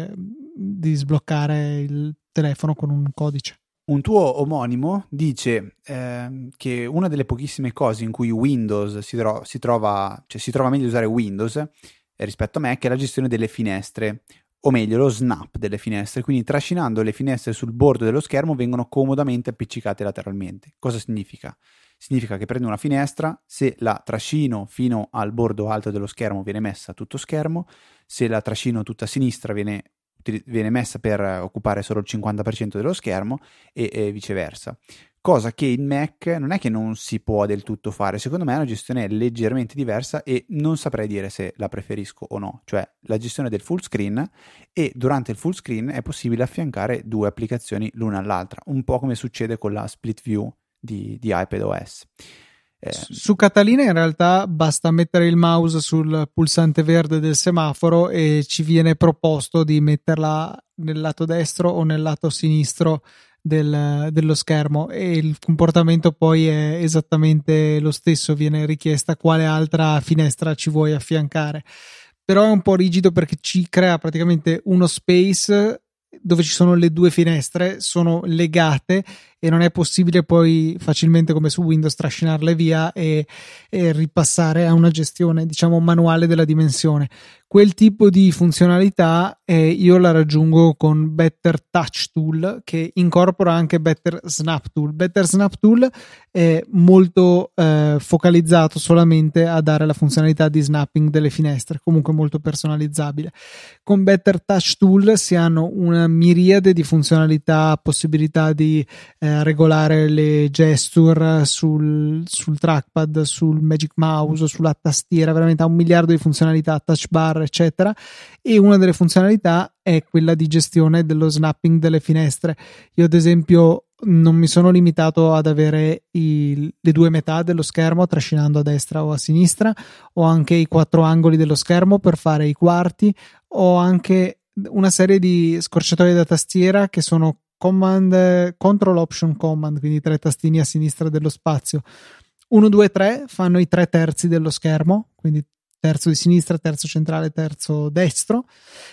di sbloccare il telefono con un codice. Un tuo omonimo dice eh, che una delle pochissime cose in cui Windows si, tro- si trova, cioè si trova meglio usare Windows eh, rispetto a Mac è la gestione delle finestre, o meglio lo snap delle finestre, quindi trascinando le finestre sul bordo dello schermo vengono comodamente appiccicate lateralmente. Cosa significa? Significa che prendo una finestra, se la trascino fino al bordo alto dello schermo viene messa a tutto schermo, se la trascino tutta a sinistra viene, viene messa per occupare solo il cinquanta per cento dello schermo e, e viceversa. Cosa che in Mac non è che non si può del tutto fare, secondo me è una gestione leggermente diversa e non saprei dire se la preferisco o no, cioè la gestione del full screen, e durante il full screen è possibile affiancare due applicazioni l'una all'altra, un po' come succede con la split view di, di iPadOS. Eh. Su Catalina in realtà basta mettere il mouse sul pulsante verde del semaforo e ci viene proposto di metterla nel lato destro o nel lato sinistro Del, dello schermo, e il comportamento poi è esattamente lo stesso, viene richiesta quale altra finestra ci vuoi affiancare, però è un po' rigido perché ci crea praticamente uno space dove ci sono le due finestre, sono legate e non è possibile poi facilmente come su Windows trascinarle via e, e ripassare a una gestione diciamo manuale della dimensione. Quel tipo di funzionalità eh, io la raggiungo con Better Touch Tool, che incorpora anche Better Snap Tool. Better Snap Tool è molto eh, focalizzato solamente a dare la funzionalità di snapping delle finestre, comunque molto personalizzabile. Con Better Touch Tool si hanno una miriade di funzionalità, possibilità di eh, regolare le gesture sul, sul trackpad, sul Magic Mouse, sulla tastiera, veramente ha un miliardo di funzionalità, touch bar eccetera, e una delle funzionalità è quella di gestione dello snapping delle finestre. Io ad esempio non mi sono limitato ad avere i, le due metà dello schermo trascinando a destra o a sinistra, ho anche i quattro angoli dello schermo per fare i quarti, ho anche una serie di scorciatoie da tastiera che sono command, control option command, quindi tre tastini a sinistra dello spazio. uno, due, tre fanno i tre terzi dello schermo, quindi terzo di sinistra, terzo centrale, terzo destro.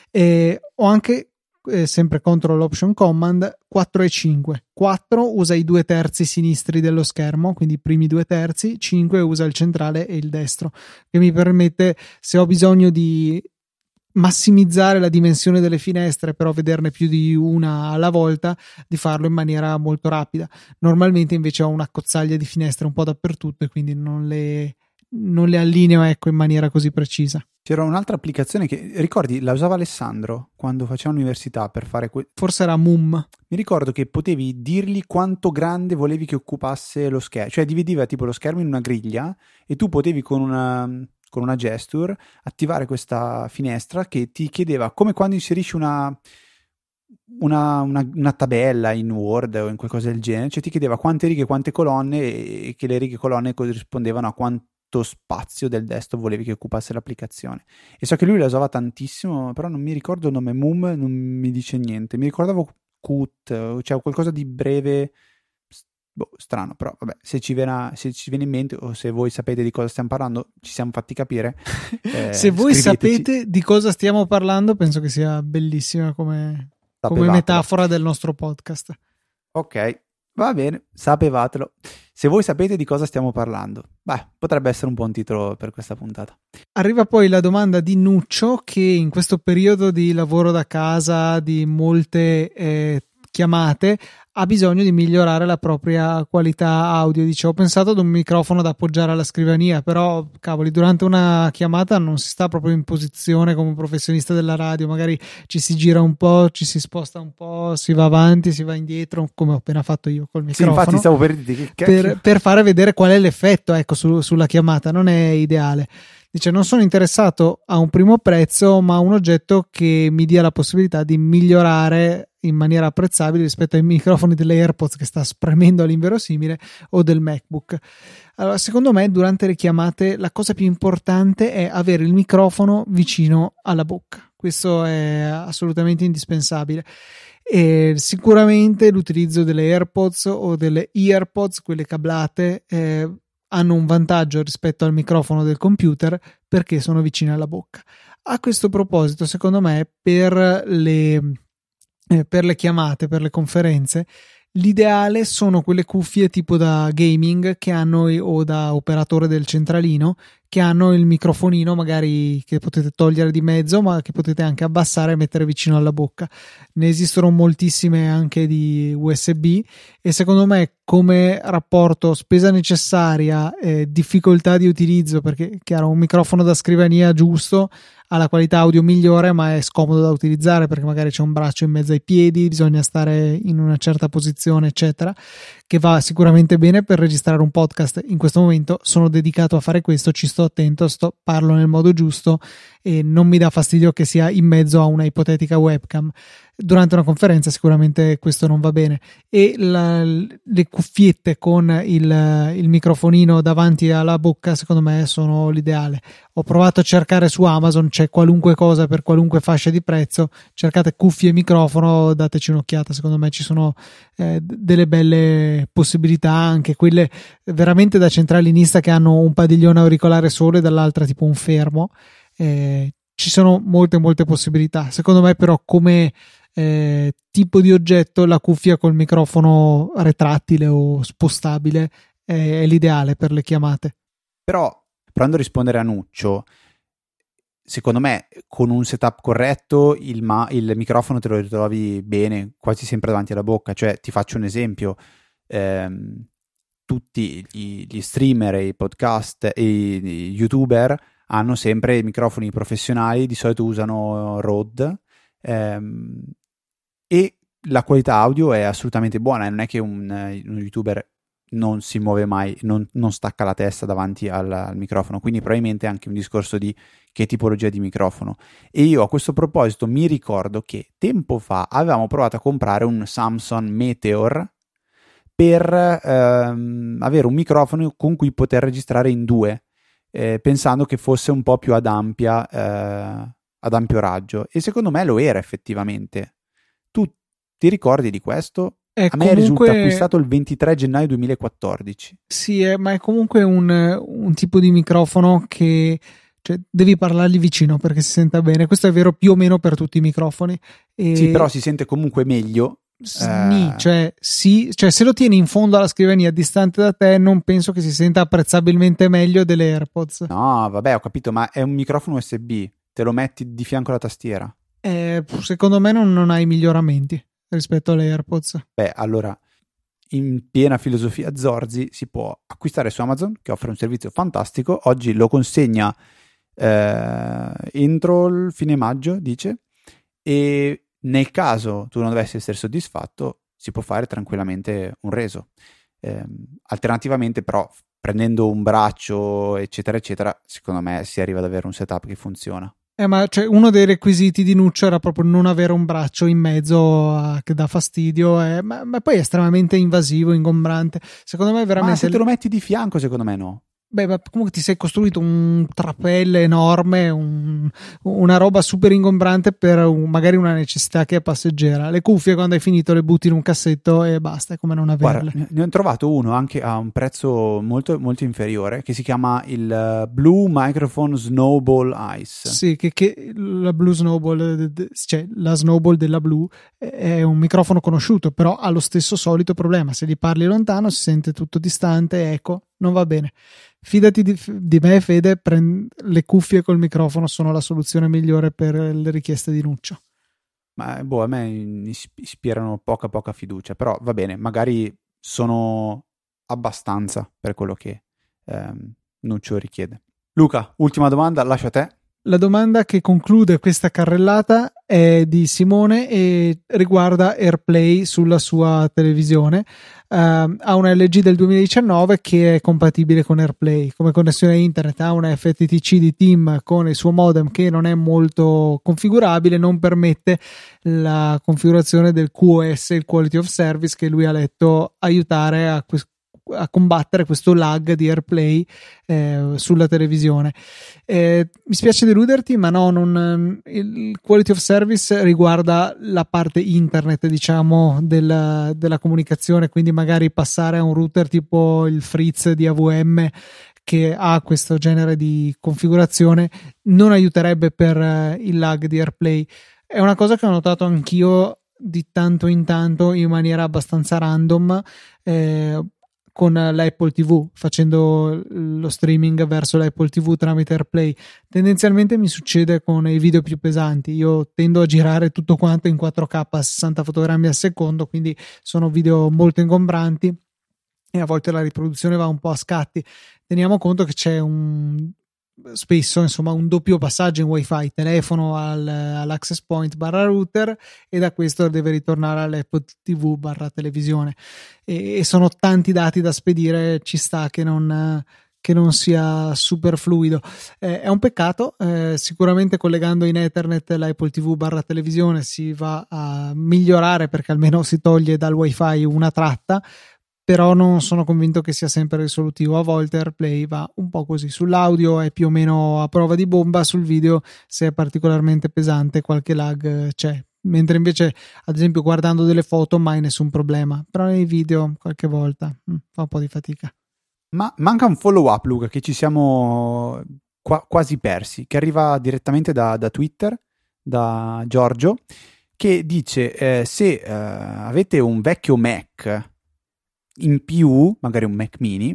E ho anche eh, sempre control option command quattro e cinque. quattro usa i due terzi sinistri dello schermo, quindi i primi due terzi, cinque usa il centrale e il destro, che mi permette, se ho bisogno di massimizzare la dimensione delle finestre però vederne più di una alla volta, di farlo in maniera molto rapida. Normalmente invece ho una cozzaglia di finestre un po' dappertutto e quindi non le non le allineo ecco in maniera così precisa. C'era un'altra applicazione che ricordi la usava Alessandro quando faceva l'università per fare que- forse era Mum. Mi ricordo che potevi dirgli quanto grande volevi che occupasse lo schermo, cioè divideva tipo lo schermo in una griglia e tu potevi con una con una gesture attivare questa finestra che ti chiedeva, come quando inserisci una Una, una, una tabella in Word o in qualcosa del genere, cioè ti chiedeva quante righe, quante colonne, e che le righe e colonne corrispondevano a quanto spazio del desktop volevi che occupasse l'applicazione. E so che lui la usava tantissimo, però non mi ricordo il nome. Mum non mi dice niente, mi ricordavo Qt, cioè qualcosa di breve, boh, strano, però vabbè, se ci, viene, se ci viene in mente o se voi sapete di cosa stiamo parlando, ci siamo fatti capire. Eh, se voi sapete di cosa stiamo parlando, penso che sia bellissima come come metafora del nostro podcast. Ok, va bene, sapevatelo. Se voi sapete di cosa stiamo parlando, beh, potrebbe essere un buon titolo per questa puntata. Arriva poi la domanda di Nuccio, che in questo periodo di lavoro da casa, di molte eh, chiamate ha bisogno di migliorare la propria qualità audio. Dice, ho pensato ad un microfono da appoggiare alla scrivania, però cavoli, durante una chiamata non si sta proprio in posizione come un professionista della radio, magari ci si gira un po', ci si sposta un po', si va avanti, si va indietro, come ho appena fatto io col microfono. Sì, infatti stavo per dirti che per, per fare vedere qual è l'effetto, ecco, su, sulla chiamata. Non è ideale. Dice, non sono interessato a un primo prezzo, ma a un oggetto che mi dia la possibilità di migliorare in maniera apprezzabile rispetto ai microfoni delle AirPods che sta spremendo all'inverosimile o del MacBook. Allora, secondo me, durante le chiamate la cosa più importante è avere il microfono vicino alla bocca. Questo è assolutamente indispensabile. E sicuramente l'utilizzo delle AirPods o delle EarPods, quelle cablate, eh, hanno un vantaggio rispetto al microfono del computer perché sono vicine alla bocca. A questo proposito, secondo me, per le, eh, per le chiamate, per le conferenze, l'ideale sono quelle cuffie tipo da gaming che hanno, o da operatore del centralino, che hanno il microfonino magari che potete togliere di mezzo, ma che potete anche abbassare e mettere vicino alla bocca. Ne esistono moltissime anche di U S B, e secondo me come rapporto spesa necessaria e difficoltà di utilizzo, perché chiaro, un microfono da scrivania giusto ha la qualità audio migliore, ma è scomodo da utilizzare perché magari c'è un braccio in mezzo ai piedi, bisogna stare in una certa posizione, eccetera, che va sicuramente bene per registrare un podcast. In questo momento sono dedicato a fare questo, ci sto attento, sto, parlo nel modo giusto e non mi dà fastidio che sia in mezzo a una ipotetica webcam. Durante una conferenza sicuramente questo non va bene, e la, le cuffiette con il, il microfonino davanti alla bocca secondo me sono l'ideale. Ho provato a cercare su Amazon, c'è qualunque cosa per qualunque fascia di prezzo, cercate cuffie e microfono, dateci un'occhiata, secondo me ci sono eh, delle belle possibilità, anche quelle veramente da centralinista che hanno un padiglione auricolare solo e dall'altra tipo un fermo. Eh, ci sono molte molte possibilità. Secondo me però come eh, tipo di oggetto la cuffia col microfono retrattile o spostabile è, è l'ideale per le chiamate. Però provando a rispondere a Nuccio, secondo me con un setup corretto il, ma- il microfono te lo ritrovi bene quasi sempre davanti alla bocca. Cioè, ti faccio un esempio, ehm, tutti gli, gli streamer e i podcast e i youtuber hanno sempre i microfoni professionali, di solito usano Rode, ehm, e la qualità audio è assolutamente buona. Non è che un, un youtuber non si muove mai, non, non stacca la testa davanti al, al microfono, quindi probabilmente è anche un discorso di che tipologia di microfono. E io a questo proposito mi ricordo che tempo fa avevamo provato a comprare un Samsung Meteor per ehm, avere un microfono con cui poter registrare in due, eh, pensando che fosse un po' più ad ampia eh, ad ampio raggio, e secondo me lo era effettivamente. Tu ti ricordi di questo? È a me comunque... risulta acquistato il ventitré gennaio duemilaquattordici. Sì, è, ma è comunque un, un tipo di microfono che, cioè, devi parlargli vicino perché si senta bene. Questo è vero più o meno per tutti i microfoni. E... Sì, però si sente comunque meglio. Sì, eh... cioè, sì, cioè se lo tieni in fondo alla scrivania distante da te, non penso che si senta apprezzabilmente meglio delle AirPods. No, vabbè, ho capito, ma è un microfono U S B, te lo metti di fianco alla tastiera. Eh, secondo me non, non hai miglioramenti rispetto alle AirPods. Beh, allora, in piena filosofia Zorzi, si può acquistare su Amazon, che offre un servizio fantastico. Oggi lo consegna eh, entro il fine maggio, dice, e nel caso tu non dovessi essere soddisfatto si può fare tranquillamente un reso. Eh, alternativamente però, prendendo un braccio eccetera eccetera, secondo me si arriva ad avere un setup che funziona. Eh, ma cioè, uno dei requisiti di Nuccio era proprio non avere un braccio in mezzo a, che dà fastidio, eh, ma, ma poi è estremamente invasivo, ingombrante. Secondo me veramente... Ma se te lo metti di fianco, secondo me no. Beh, ma comunque ti sei costruito un trapelle enorme, un, una roba super ingombrante per un, magari una necessità che è passeggera. Le cuffie quando hai finito le butti in un cassetto e basta, è come non averle. Guarda, ne ho trovato uno anche a un prezzo molto, molto inferiore, che si chiama il Blue Microphone Snowball Ice. Sì, che, che la Blue Snowball, cioè la Snowball della Blue, è un microfono conosciuto, però ha lo stesso solito problema. Se gli parli lontano si sente tutto distante, eco, non va bene. Fidati di, di me, Fede, prend- le cuffie col microfono sono la soluzione migliore per le richieste di Nuccio. Ma boh, a me ispirano poca poca fiducia, però va bene, magari sono abbastanza per quello che ehm, Nuccio richiede. Luca, ultima domanda, lascio a te. La domanda che conclude questa carrellata è di Simone e riguarda AirPlay sulla sua televisione. Uh, ha una L G del duemiladiciannove che è compatibile con AirPlay come connessione internet, ha una F T T C di TIM con il suo modem che non è molto configurabile, non permette la configurazione del Q o S, il Quality of Service, che lui ha letto aiutare a questo a combattere questo lag di AirPlay eh, sulla televisione. Eh, mi spiace deluderti, ma no, non, il quality of service riguarda la parte internet, diciamo, della, della comunicazione, quindi magari passare a un router tipo il Fritz di A V M che ha questo genere di configurazione non aiuterebbe per eh, il lag di AirPlay. È una cosa che ho notato anch'io di tanto in tanto in maniera abbastanza random, eh, con l'Apple T V, facendo lo streaming verso l'Apple T V tramite AirPlay. Tendenzialmente mi succede con i video più pesanti, io tendo a girare tutto quanto in quattro K a sessanta fotogrammi al secondo, quindi sono video molto ingombranti e a volte la riproduzione va un po' a scatti. Teniamo conto che c'è un spesso insomma un doppio passaggio in wifi, telefono al, all'access point barra router, e da questo deve ritornare all'Apple T V barra televisione, e, e sono tanti dati da spedire, ci sta che non, che non sia super fluido. Eh, è un peccato, eh, sicuramente collegando in Ethernet l'Apple T V barra televisione si va a migliorare perché almeno si toglie dal wifi una tratta, però non sono convinto che sia sempre risolutivo. A volte AirPlay va un po' così, sull'audio è più o meno a prova di bomba, sul video se è particolarmente pesante qualche lag c'è, mentre invece ad esempio guardando delle foto mai nessun problema, però nei video qualche volta mh, fa un po' di fatica. Ma manca un follow up, Luca, che ci siamo qua- quasi persi, che arriva direttamente da, da Twitter, da Giorgio, che dice eh, se eh, avete un vecchio Mac in più, magari un Mac mini,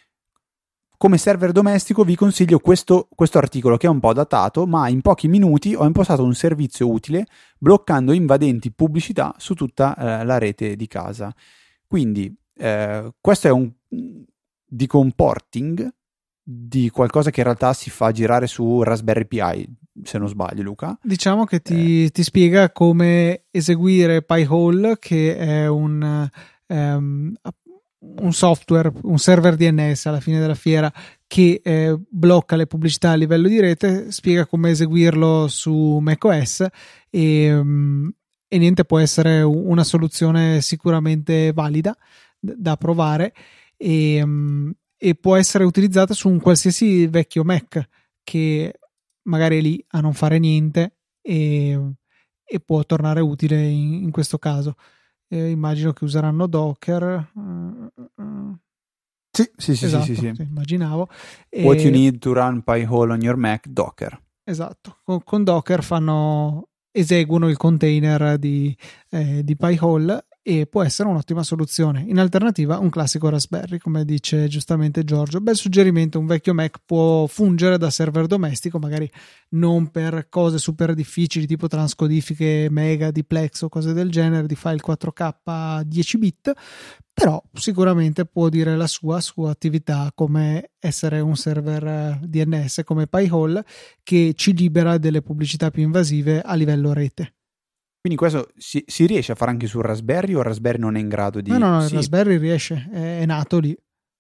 come server domestico vi consiglio questo, questo articolo che è un po' datato, ma in pochi minuti ho impostato un servizio utile bloccando invadenti pubblicità su tutta eh, la rete di casa. Quindi eh, questo è un dico un porting di qualcosa che in realtà si fa girare su Raspberry Pi, se non sbaglio, Luca. Diciamo che ti, eh. ti spiega come eseguire Pi-hole, che è un um, un software, un server D N S alla fine della fiera che eh, blocca le pubblicità a livello di rete, spiega come eseguirlo su macOS e, um, e niente, può essere una soluzione sicuramente valida da provare e, um, e può essere utilizzata su un qualsiasi vecchio Mac che magari è lì a non fare niente e, e può tornare utile in, in questo caso. Eh, immagino che useranno Docker. Uh, uh. Sì, sì, sì, esatto, sì, sì, sì, immaginavo. What e... you need to run Pi-hole on your Mac, Docker. Esatto, con, con Docker fanno, eseguono il container di, eh, di Pi-hole e può essere un'ottima soluzione. In alternativa un classico Raspberry, come dice giustamente Giorgio. Bel suggerimento, un vecchio Mac può fungere da server domestico, magari non per cose super difficili tipo transcodifiche mega di Plex o cose del genere, di file quattro K a dieci bit, però sicuramente può dire la sua su attività come essere un server D N S come Pi-hole che ci libera delle pubblicità più invasive a livello rete. Quindi questo si, si riesce a fare anche sul Raspberry o il Raspberry non è in grado di... No, no, no, il sì. Raspberry riesce, è, è nato lì.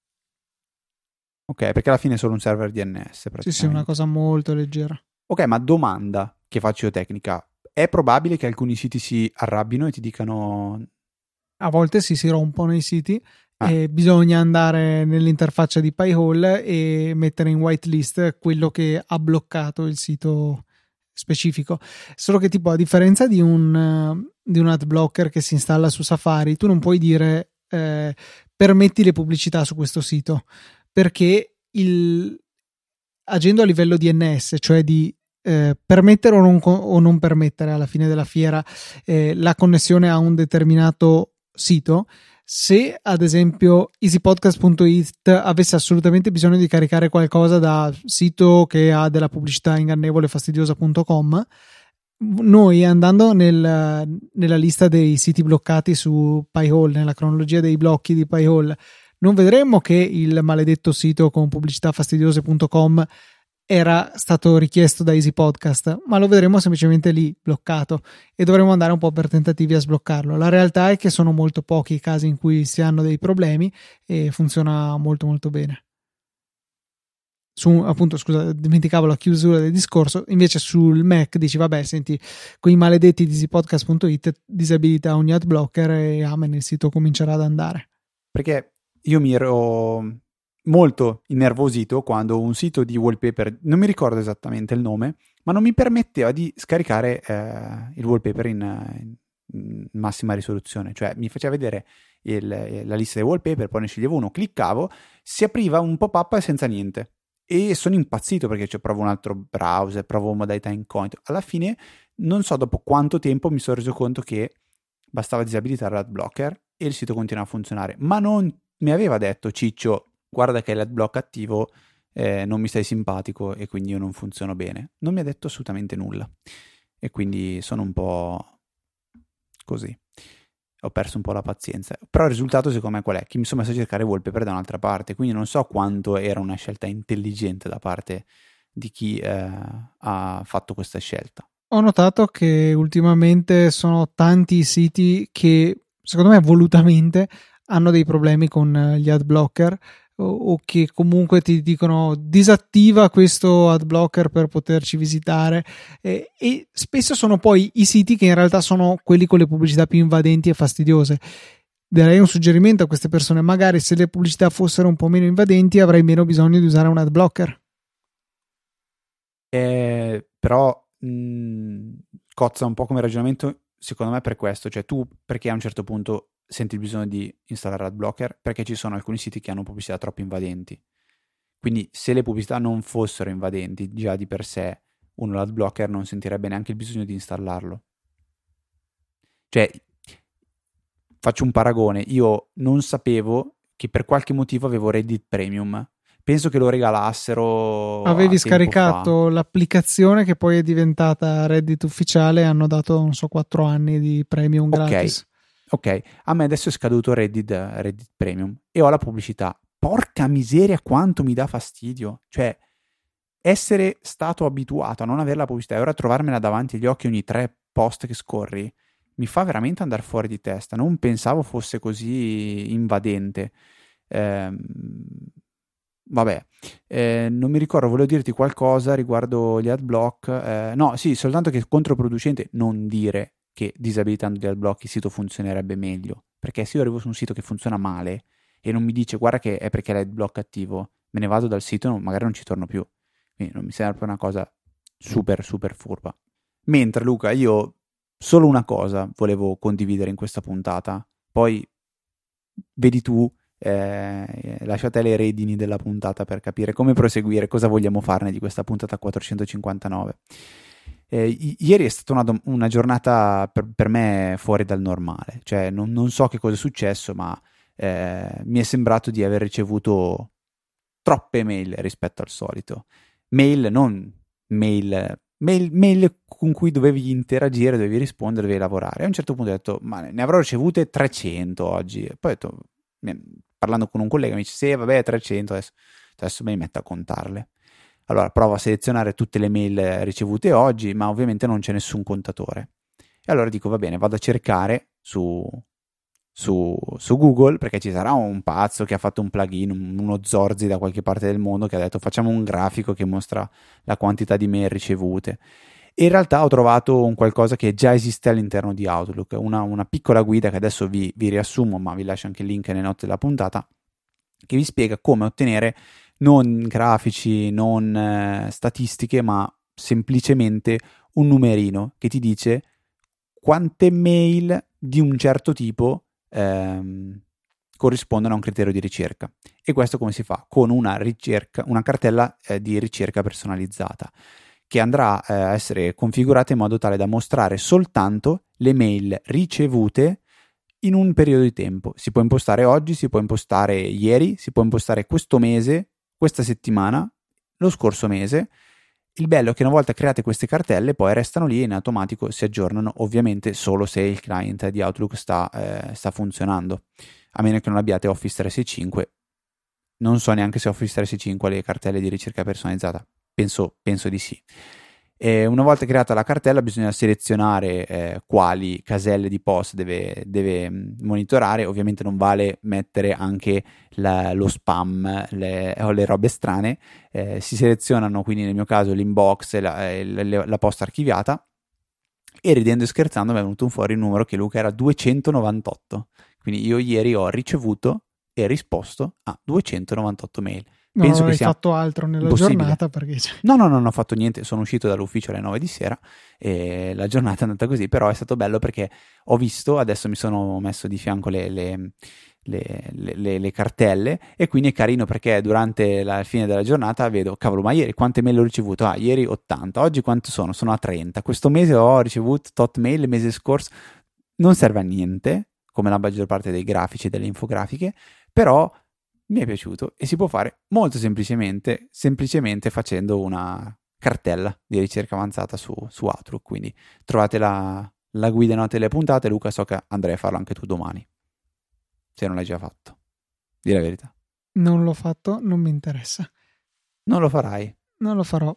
Ok, perché alla fine è solo un server D N S praticamente. Sì, sì, una cosa molto leggera. Ok, ma domanda che faccio io tecnica. È probabile che alcuni siti si arrabbino e ti dicano... A volte si si rompono i siti ah. e bisogna andare nell'interfaccia di Pi-hole e mettere in whitelist quello che ha bloccato il sito specifico. Solo che tipo a differenza di un, di un ad blocker che si installa su Safari, tu non puoi dire eh, permetti le pubblicità su questo sito, perché il, agendo a livello D N S, cioè di eh, permettere o non, o non permettere alla fine della fiera eh, la connessione a un determinato sito, se ad esempio easypodcast punto it avesse assolutamente bisogno di caricare qualcosa da sito che ha della pubblicità ingannevole fastidiosa punto com, noi andando nel, nella lista dei siti bloccati su Pi-hole, nella cronologia dei blocchi di Pi-hole, non vedremmo che il maledetto sito con pubblicità fastidiose punto com era stato richiesto da Easy Podcast, ma lo vedremo semplicemente lì bloccato e dovremo andare un po' per tentativi a sbloccarlo. La realtà è che sono molto pochi i casi in cui si hanno dei problemi e funziona molto molto bene. Su, appunto, scusa, dimenticavo la chiusura del discorso. Invece sul Mac dici vabbè, senti, quei maledetti di easypodcast punto it disabilita ogni ad blocker e amen, il sito comincerà ad andare. Perché io mi ero molto innervosito quando un sito di wallpaper, non mi ricordo esattamente il nome, ma non mi permetteva di scaricare eh, il wallpaper in, in massima risoluzione, cioè mi faceva vedere il, la lista dei wallpaper, poi ne sceglievo uno, cliccavo, si apriva un pop-up senza niente e sono impazzito perché cioè, provo un altro browser, provo modalità incognito, alla fine non so dopo quanto tempo mi sono reso conto che bastava disabilitare l'adblocker e il sito continua a funzionare, ma non mi aveva detto Ciccio guarda che l'adblock attivo eh, non mi stai simpatico e quindi io non funziono bene. Non mi ha detto assolutamente nulla e quindi sono un po' così. Ho perso un po' la pazienza. Però il risultato secondo me qual è? Che mi sono messo a cercare wallpaper da un'altra parte, quindi non so quanto era una scelta intelligente da parte di chi eh, ha fatto questa scelta. Ho notato che ultimamente sono tanti i siti che secondo me volutamente hanno dei problemi con gli ad blocker o che comunque ti dicono disattiva questo ad blocker per poterci visitare e, e spesso sono poi i siti che in realtà sono quelli con le pubblicità più invadenti e fastidiose. Darei un suggerimento a queste persone: magari se le pubblicità fossero un po' meno invadenti avrai meno bisogno di usare un ad blocker. Eh, però mh, cozza un po' come ragionamento secondo me per questo, cioè tu perché a un certo punto senti il bisogno di installare AdBlocker? Perché ci sono alcuni siti che hanno pubblicità troppo invadenti. Quindi se le pubblicità non fossero invadenti già di per sé, uno l'AdBlocker non sentirebbe neanche il bisogno di installarlo. Cioè, faccio un paragone, io non sapevo che per qualche motivo avevo Reddit Premium. Penso che lo regalassero. Avevi scaricato fa. l'applicazione che poi è diventata Reddit ufficiale e hanno dato, non so, quattro anni di premium okay. gratis. Ok, a me adesso è scaduto Reddit, Reddit Premium e ho la pubblicità. Porca miseria quanto mi dà fastidio. Cioè, essere stato abituato a non avere la pubblicità e ora trovarmela davanti agli occhi ogni tre post che scorri mi fa veramente andare fuori di testa. Non pensavo fosse così invadente. Ehm, vabbè, eh, non mi ricordo, volevo dirti qualcosa riguardo gli adblock. Eh, no, sì, soltanto che è controproducente non dire che disabilitando gli adblock il sito funzionerebbe meglio, perché se io arrivo su un sito che funziona male e non mi dice guarda che è perché l'adblock attivo, me ne vado dal sito e magari non ci torno più. Quindi non mi sembra una cosa super super furba. Mentre Luca, io solo una cosa volevo condividere in questa puntata, poi vedi tu, eh, lascia te le redini della puntata per capire come proseguire, cosa vogliamo farne di questa puntata quattrocentocinquantanove. Eh, i- ieri è stata una, dom- una giornata per, per me fuori dal normale, cioè non, non so che cosa è successo, ma eh, mi è sembrato di aver ricevuto troppe mail rispetto al solito. Mail, non mail, mail, mail con cui dovevi interagire, dovevi rispondere, dovevi lavorare. E a un certo punto ho detto, ma ne avrò ricevute trecento oggi. E poi ho detto, parlando con un collega, mi dice, sì, vabbè, trecento, adesso, adesso me li metto a contarle. Allora provo a selezionare tutte le mail ricevute oggi, ma ovviamente non c'è nessun contatore. E allora dico, va bene, vado a cercare su, su, su Google, perché ci sarà un pazzo che ha fatto un plugin, uno Zorzi da qualche parte del mondo, che ha detto facciamo un grafico che mostra la quantità di mail ricevute. E in realtà ho trovato un qualcosa che già esiste all'interno di Outlook, una, una piccola guida che adesso vi, vi riassumo, ma vi lascio anche il link nelle note della puntata, che vi spiega come ottenere non grafici, non eh, statistiche, ma semplicemente un numerino che ti dice quante mail di un certo tipo ehm, corrispondono a un criterio di ricerca. E questo come si fa? Con una ricerca, una cartella eh, di ricerca personalizzata che andrà eh, a essere configurata in modo tale da mostrare soltanto le mail ricevute in un periodo di tempo. Si può impostare oggi, si può impostare ieri, si può impostare questo mese, questa settimana, lo scorso mese, Il bello è che una volta create queste cartelle poi restano lì e in automatico si aggiornano, ovviamente solo se il client di Outlook sta, eh, sta funzionando, a meno che non abbiate Office trecentosessantacinque. Non so neanche se Office trecentosessantacinque ha le cartelle di ricerca personalizzata, penso, penso di sì. E una volta creata la cartella bisogna selezionare eh, quali caselle di post deve, deve monitorare. Ovviamente non vale mettere anche la, lo spam le, o le robe strane. Eh, si selezionano quindi nel mio caso l'inbox e la, la, la posta archiviata, e ridendo e scherzando mi è venuto fuori un numero che Luca era duecentonovantotto. Quindi io ieri ho ricevuto e risposto a duecentonovantotto mail. Non Penso hai fatto altro nella giornata perché... No, no, no, non ho fatto niente, sono uscito dall'ufficio alle nove di sera e la giornata è andata così, però è stato bello perché ho visto, adesso mi sono messo di fianco le, le, le, le, le cartelle, e quindi è carino perché durante la fine della giornata vedo, cavolo, ma ieri quante mail ho ricevuto? Ah, ieri ottanta, oggi quante sono? Sono a trenta, questo mese ho ricevuto tot mail, il mese scorso. Non serve a niente, come la maggior parte dei grafici e delle infografiche, però mi è piaciuto e si può fare molto semplicemente, semplicemente facendo una cartella di ricerca avanzata su, su Outlook. Quindi trovate la, la guida note delle puntate. Luca, so che andrai a farlo anche tu domani, se non l'hai già fatto. Dì la verità. Non l'ho fatto, non mi interessa. Non lo farai? Non lo farò.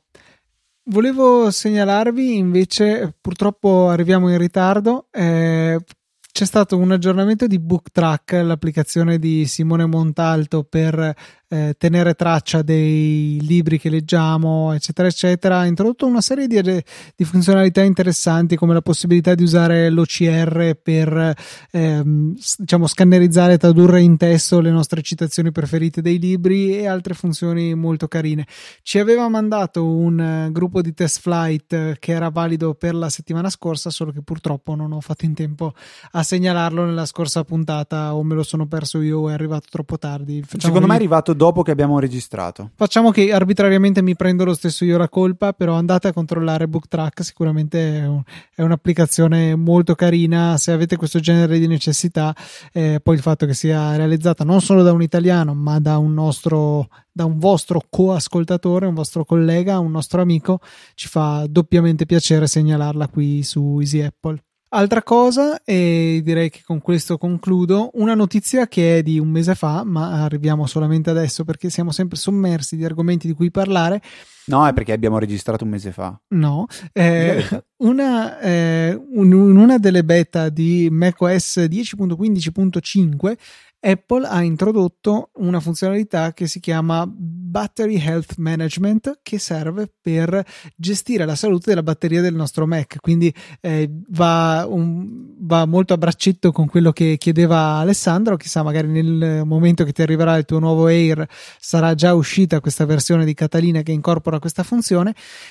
Volevo segnalarvi invece, purtroppo arriviamo in ritardo, eh, c'è stato un aggiornamento di BookTrack, l'applicazione di Simone Montalto per eh, tenere traccia dei libri che leggiamo, eccetera, eccetera. Ha introdotto una serie di, di funzionalità interessanti, come la possibilità di usare l'O C R per ehm, diciamo scannerizzare e tradurre in testo le nostre citazioni preferite dei libri, e altre funzioni molto carine. Ci aveva mandato un uh, gruppo di test flight uh, che era valido per la settimana scorsa, solo che purtroppo non ho fatto in tempo a segnalarlo nella scorsa puntata, o me lo sono perso io o è arrivato troppo tardi. Facciamo Secondo me è che... arrivato dopo che abbiamo registrato. Facciamo che arbitrariamente mi prendo lo stesso io la colpa, però andate a controllare BookTrack, sicuramente è, un, è un'applicazione molto carina se avete questo genere di necessità. Eh, poi il fatto che sia realizzata non solo da un italiano ma da un nostro da un vostro coascoltatore, un vostro collega, un nostro amico, ci fa doppiamente piacere segnalarla qui su Easy Apple. Altra cosa, e direi che con questo concludo, una notizia che è di un mese fa, ma arriviamo solamente adesso perché siamo sempre sommersi di argomenti di cui parlare. No, è perché abbiamo registrato un mese fa. No, eh, una, eh, un, una delle beta di macOS dieci punto quindici punto cinque Apple ha introdotto una funzionalità che si chiama Battery Health Management, che serve per gestire la salute della batteria del nostro Mac. Quindi eh, va, un, va molto a braccetto con quello che chiedeva Alessandro. Chissà, magari nel momento che ti arriverà il tuo nuovo Air sarà già uscita questa versione di Catalina che incorpora questa funzione.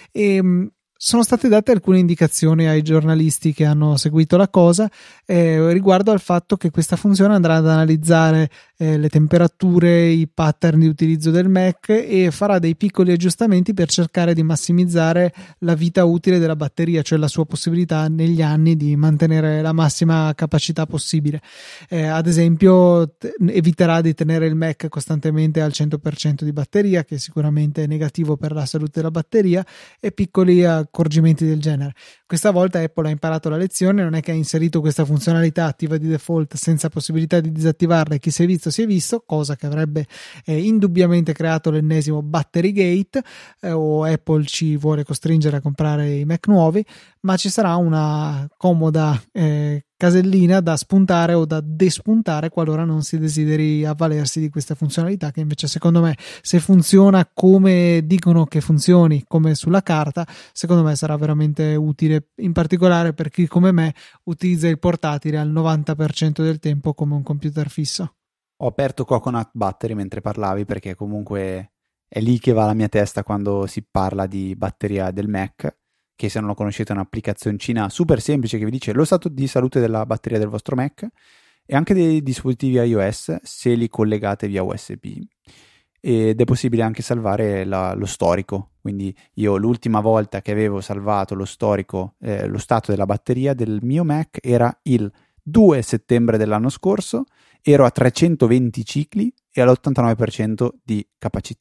E sono state date alcune indicazioni ai giornalisti che hanno seguito la cosa eh, riguardo al fatto che questa funzione andrà ad analizzare eh, le temperature, i pattern di utilizzo del Mac, e farà dei piccoli aggiustamenti per cercare di massimizzare la vita utile della batteria, cioè la sua possibilità negli anni di mantenere la massima capacità possibile. Eh, ad esempio t- eviterà di tenere il Mac costantemente al cento per cento di batteria, che sicuramente è negativo per la salute della batteria, e piccoli accorgimenti del genere. Questa volta Apple ha imparato la lezione, non è che ha inserito questa funzionalità attiva di default senza possibilità di disattivarla e chi si è visto si è visto, cosa che avrebbe eh, indubbiamente creato l'ennesimo battery gate, eh, o Apple ci vuole costringere a comprare i Mac nuovi, ma ci sarà una comoda eh, casellina da spuntare o da despuntare qualora non si desideri avvalersi di questa funzionalità, che invece secondo me, se funziona come dicono che funzioni, come sulla carta, secondo me sarà veramente utile, in particolare per chi come me utilizza il portatile al novanta per cento del tempo come un computer fisso. Ho aperto Coconut Battery mentre parlavi, perché comunque è lì che va la mia testa quando si parla di batteria del Mac, che se non lo conoscete è un'applicazioncina super semplice che vi dice lo stato di salute della batteria del vostro Mac e anche dei dispositivi iOS se li collegate via U S B, ed è possibile anche salvare la, lo storico. Quindi io l'ultima volta che avevo salvato lo storico, eh, lo stato della batteria del mio Mac era il due settembre dell'anno scorso, ero a trecentoventi cicli e all'ottantanove per cento di capacità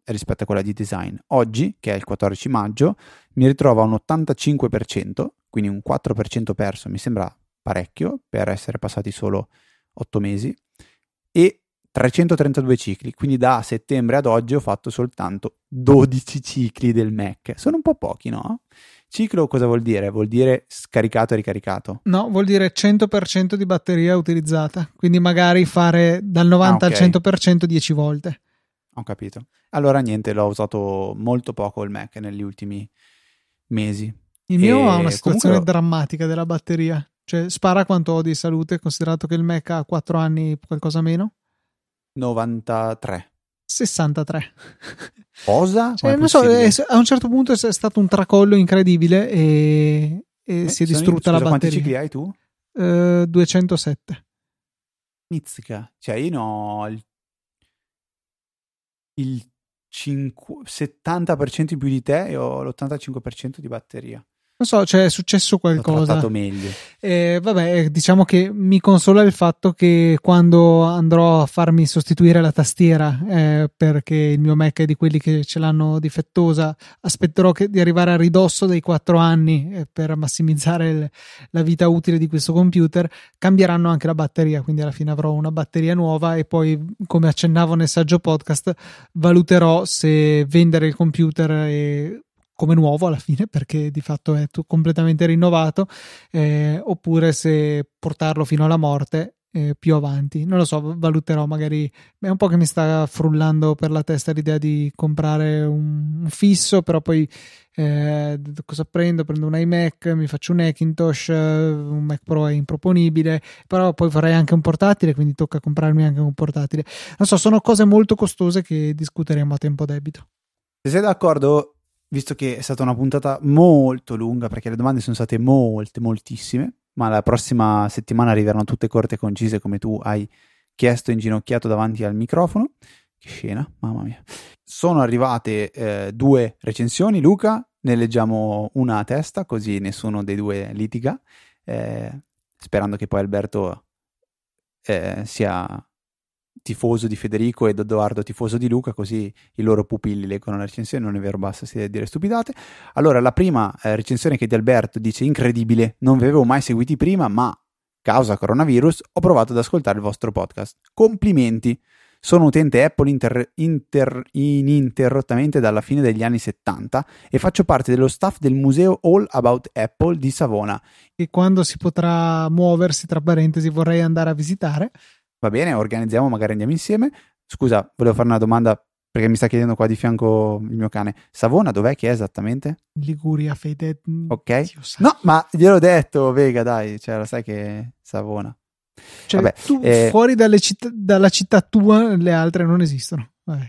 rispetto a quella di design. Oggi, che è il quattordici maggio, mi ritrovo a un ottantacinque per cento, quindi un quattro per cento perso, mi sembra parecchio per essere passati solo otto mesi, e trecentotrentadue cicli, quindi da settembre ad oggi ho fatto soltanto dodici cicli del Mac. Sono un po' pochi, no? Ciclo cosa vuol dire? Vuol dire scaricato e ricaricato? No, vuol dire cento per cento di batteria utilizzata, quindi magari fare dal novanta ah, okay. al cento per cento dieci volte. Ho capito. Allora niente, l'ho usato molto poco il Mac negli ultimi mesi. Il mio e ha una situazione comunque... drammatica della batteria, cioè spara quanto ho di salute, considerato che il Mac ha quattro anni, qualcosa meno. novantatré. sessantatré. Cosa? Cioè, non so, è, a un certo punto è stato un tracollo incredibile e, e eh, si è distrutta io, la scusa, batteria. Quanti cicli hai tu? Uh, duecentosette. Mizzica. Cioè io ne ho il, il cinque, settanta per cento in più di te e ho l'ottantacinque per cento di batteria. Non so, cioè è successo qualcosa. L'ho trattato meglio. Eh, vabbè, diciamo che mi consola il fatto che quando andrò a farmi sostituire la tastiera, eh, perché il mio Mac è di quelli che ce l'hanno difettosa, aspetterò che, di arrivare a ridosso dei quattro anni eh, per massimizzare il, la vita utile di questo computer. Cambieranno anche la batteria, quindi alla fine avrò una batteria nuova e poi, come accennavo nel saggio podcast, valuterò se vendere il computer e come nuovo alla fine, perché di fatto è t- completamente rinnovato, eh, oppure se portarlo fino alla morte eh, più avanti. Non lo so, valuterò, magari è un po' che mi sta frullando per la testa l'idea di comprare un, un fisso, però poi eh, cosa prendo? Prendo un iMac, mi faccio un Hackintosh, un Mac Pro è improponibile, però poi vorrei anche un portatile, quindi tocca comprarmi anche un portatile. Non so, sono cose molto costose che discuteremo a tempo debito. Se sei d'accordo, visto che è stata una puntata molto lunga, perché le domande sono state molte, moltissime, ma la prossima settimana arriveranno tutte corte e concise come tu hai chiesto inginocchiato davanti al microfono. Che scena, mamma mia. Sono arrivate eh, due recensioni, Luca, ne leggiamo una a testa, così nessuno dei due litiga, eh, sperando che poi Alberto eh, sia tifoso di Federico ed Edoardo tifoso di Luca, così i loro pupilli leggono la recensione. Non è vero, basta si dire stupidate. Allora, la prima eh, recensione che di Alberto dice: incredibile, non vi avevo mai seguiti prima, ma causa coronavirus ho provato ad ascoltare il vostro podcast. Complimenti, sono utente Apple inter- inter- ininterrottamente dalla fine degli anni settanta e faccio parte dello staff del museo All About Apple di Savona, e quando si potrà muoversi, tra parentesi, vorrei andare a visitare. Va bene, organizziamo, magari andiamo insieme. Scusa, volevo fare una domanda perché mi sta chiedendo qua di fianco il mio cane. Savona dov'è che è esattamente? Liguria, Fede. Ok. No, ma gliel'ho detto, Vega, dai, cioè lo sai che è Savona. Cioè, Vabbè, tu eh, fuori dalle città, dalla città tua, le altre non esistono. Vabbè.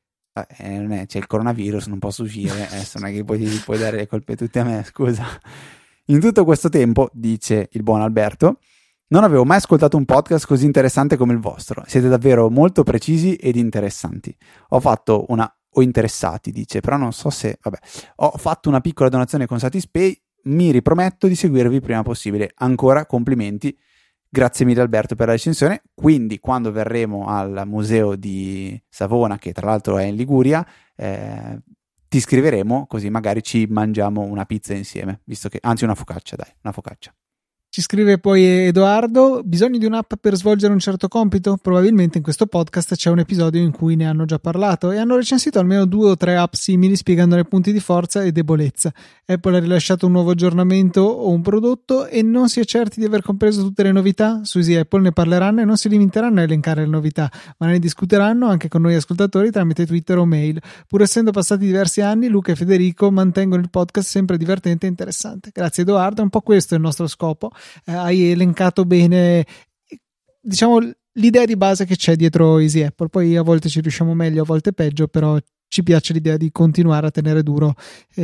Eh, non è, c'è il coronavirus, non posso uscire, adesso non è che puoi, puoi dare le colpe tutte a me, scusa. In tutto questo tempo, dice il buon Alberto, non avevo mai ascoltato un podcast così interessante come il vostro. Siete davvero molto precisi ed interessanti. Ho fatto una... o interessati, dice, però non so se... Vabbè. Ho fatto una piccola donazione con Satispay. Mi riprometto di seguirvi il prima possibile. Ancora complimenti. Grazie mille Alberto per la recensione. Quindi quando verremo al museo di Savona, che tra l'altro è in Liguria, eh, ti scriveremo, così magari ci mangiamo una pizza insieme, visto che... Anzi, una focaccia, dai, una focaccia. Ci scrive poi Edoardo: bisogno di un'app per svolgere un certo compito? Probabilmente in questo podcast c'è un episodio in cui ne hanno già parlato e hanno recensito almeno due o tre app simili spiegandone punti di forza e debolezza. Apple ha rilasciato un nuovo aggiornamento o un prodotto e non si è certi di aver compreso tutte le novità. Su Easy Apple ne parleranno e non si limiteranno a elencare le novità, ma ne discuteranno anche con noi ascoltatori tramite Twitter o mail. Pur essendo passati diversi anni, Luca e Federico mantengono il podcast sempre divertente e interessante. Grazie Edoardo, è un po' questo il nostro scopo. Eh, hai elencato bene, diciamo, l'idea di base che c'è dietro Easy Apple. Poi a volte ci riusciamo meglio, a volte peggio, però ci piace l'idea di continuare a tenere duro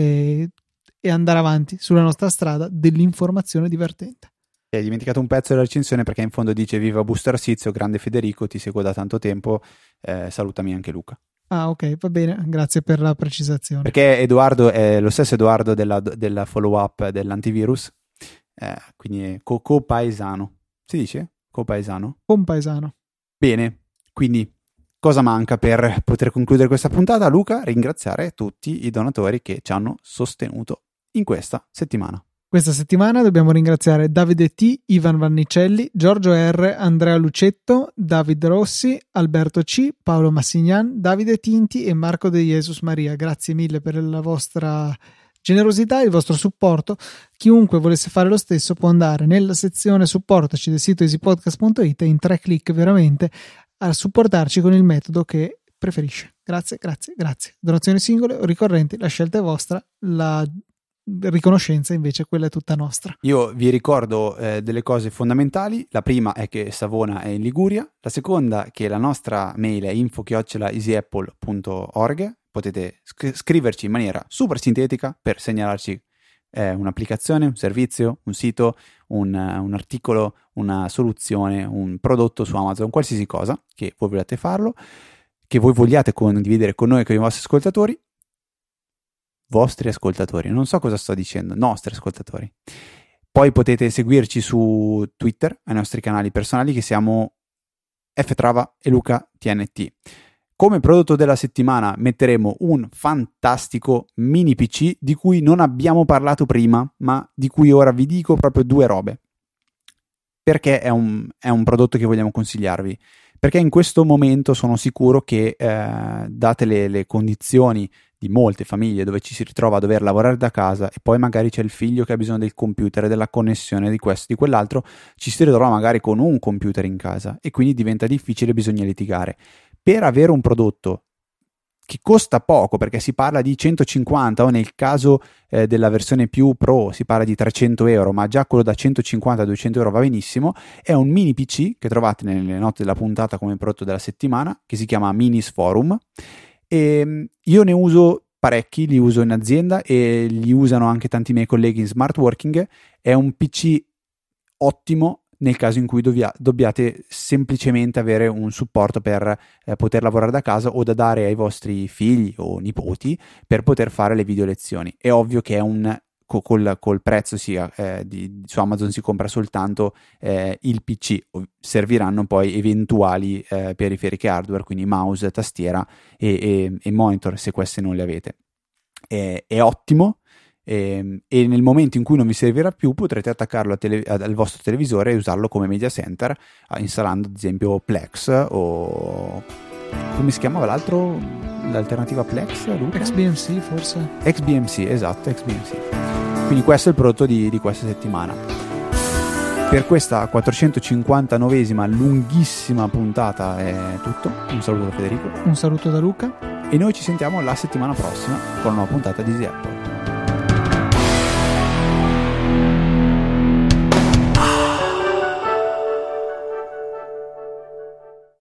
e, e andare avanti sulla nostra strada dell'informazione divertente. Hai dimenticato un pezzo della recensione perché in fondo dice: viva Booster Sizio, grande Federico, ti seguo da tanto tempo, eh, salutami anche Luca. Ah, ok, va bene, grazie per la precisazione. Perché Edoardo è lo stesso Edoardo della, della follow up dell'antivirus. Eh, quindi è co- copaesano, si dice? Copaesano? Compaesano. Bene, quindi cosa manca per poter concludere questa puntata? Luca, ringraziare tutti i donatori che ci hanno sostenuto in questa settimana. Questa settimana dobbiamo ringraziare Davide T, Ivan Vannicelli, Giorgio R, Andrea Lucetto, David Rossi, Alberto C, Paolo Massignan, Davide Tinti e Marco De Jesus Maria. Grazie mille per la vostra generosità e il vostro supporto. Chiunque volesse fare lo stesso può andare nella sezione supportaci del sito easypodcast punto it e in tre click veramente a supportarci con il metodo che preferisce. Grazie, grazie, grazie. Donazioni singole o ricorrenti, la scelta è vostra, la riconoscenza invece quella è tutta nostra. Io vi ricordo eh, delle cose fondamentali. La prima è che Savona è in Liguria, la seconda che la nostra mail è info chiocciola easyapple punto org. Potete sc- scriverci in maniera super sintetica per segnalarci eh, un'applicazione, un servizio, un sito, un, uh, un articolo, una soluzione, un prodotto su Amazon, qualsiasi cosa che voi vogliate farlo, che voi vogliate condividere con noi e con i vostri ascoltatori. Vostri ascoltatori, non so cosa sto dicendo, nostri ascoltatori. Poi potete seguirci su Twitter, ai nostri canali personali, che siamo ftrava e Luca T N T. Come prodotto della settimana metteremo un fantastico mini P C di cui non abbiamo parlato prima, ma di cui ora vi dico proprio due robe. Perché è un, è un prodotto che vogliamo consigliarvi? Perché in questo momento sono sicuro che, eh, date le, le condizioni di molte famiglie dove ci si ritrova a dover lavorare da casa e poi magari c'è il figlio che ha bisogno del computer, della connessione, di questo, di quell'altro, ci si ritrova magari con un computer in casa e quindi diventa difficile, bisogna litigare. Per avere un prodotto che costa poco, perché si parla di centocinquanta o nel caso eh, della versione più pro si parla di trecento euro, ma già quello da centocinquanta a duecento euro va benissimo, è un mini P C che trovate nelle note della puntata come prodotto della settimana, che si chiama Minis Forum. E io ne uso parecchi, li uso in azienda e li usano anche tanti miei colleghi in smart working. È un P C ottimo nel caso in cui dovia, dobbiate semplicemente avere un supporto per eh, poter lavorare da casa o da dare ai vostri figli o nipoti per poter fare le video lezioni. È ovvio che è un Col, col prezzo sia eh, di, su Amazon si compra soltanto eh, il P C, serviranno poi eventuali eh, periferiche hardware, quindi mouse, tastiera e, e, e monitor se queste non le avete. È, è ottimo e, e nel momento in cui non vi servirà più potrete attaccarlo a tele, al vostro televisore e usarlo come media center, eh, installando ad esempio Plex o come si chiamava l'altro, l'alternativa Plex? Luca? X B M C forse? X B M C, esatto, X B M C. Quindi questo è il prodotto di, di questa settimana. Per questa quattrocentocinquantanovesima lunghissima puntata è tutto. Un saluto da Federico. Un saluto da Luca. E noi ci sentiamo la settimana prossima con una nuova puntata di Easy Apple.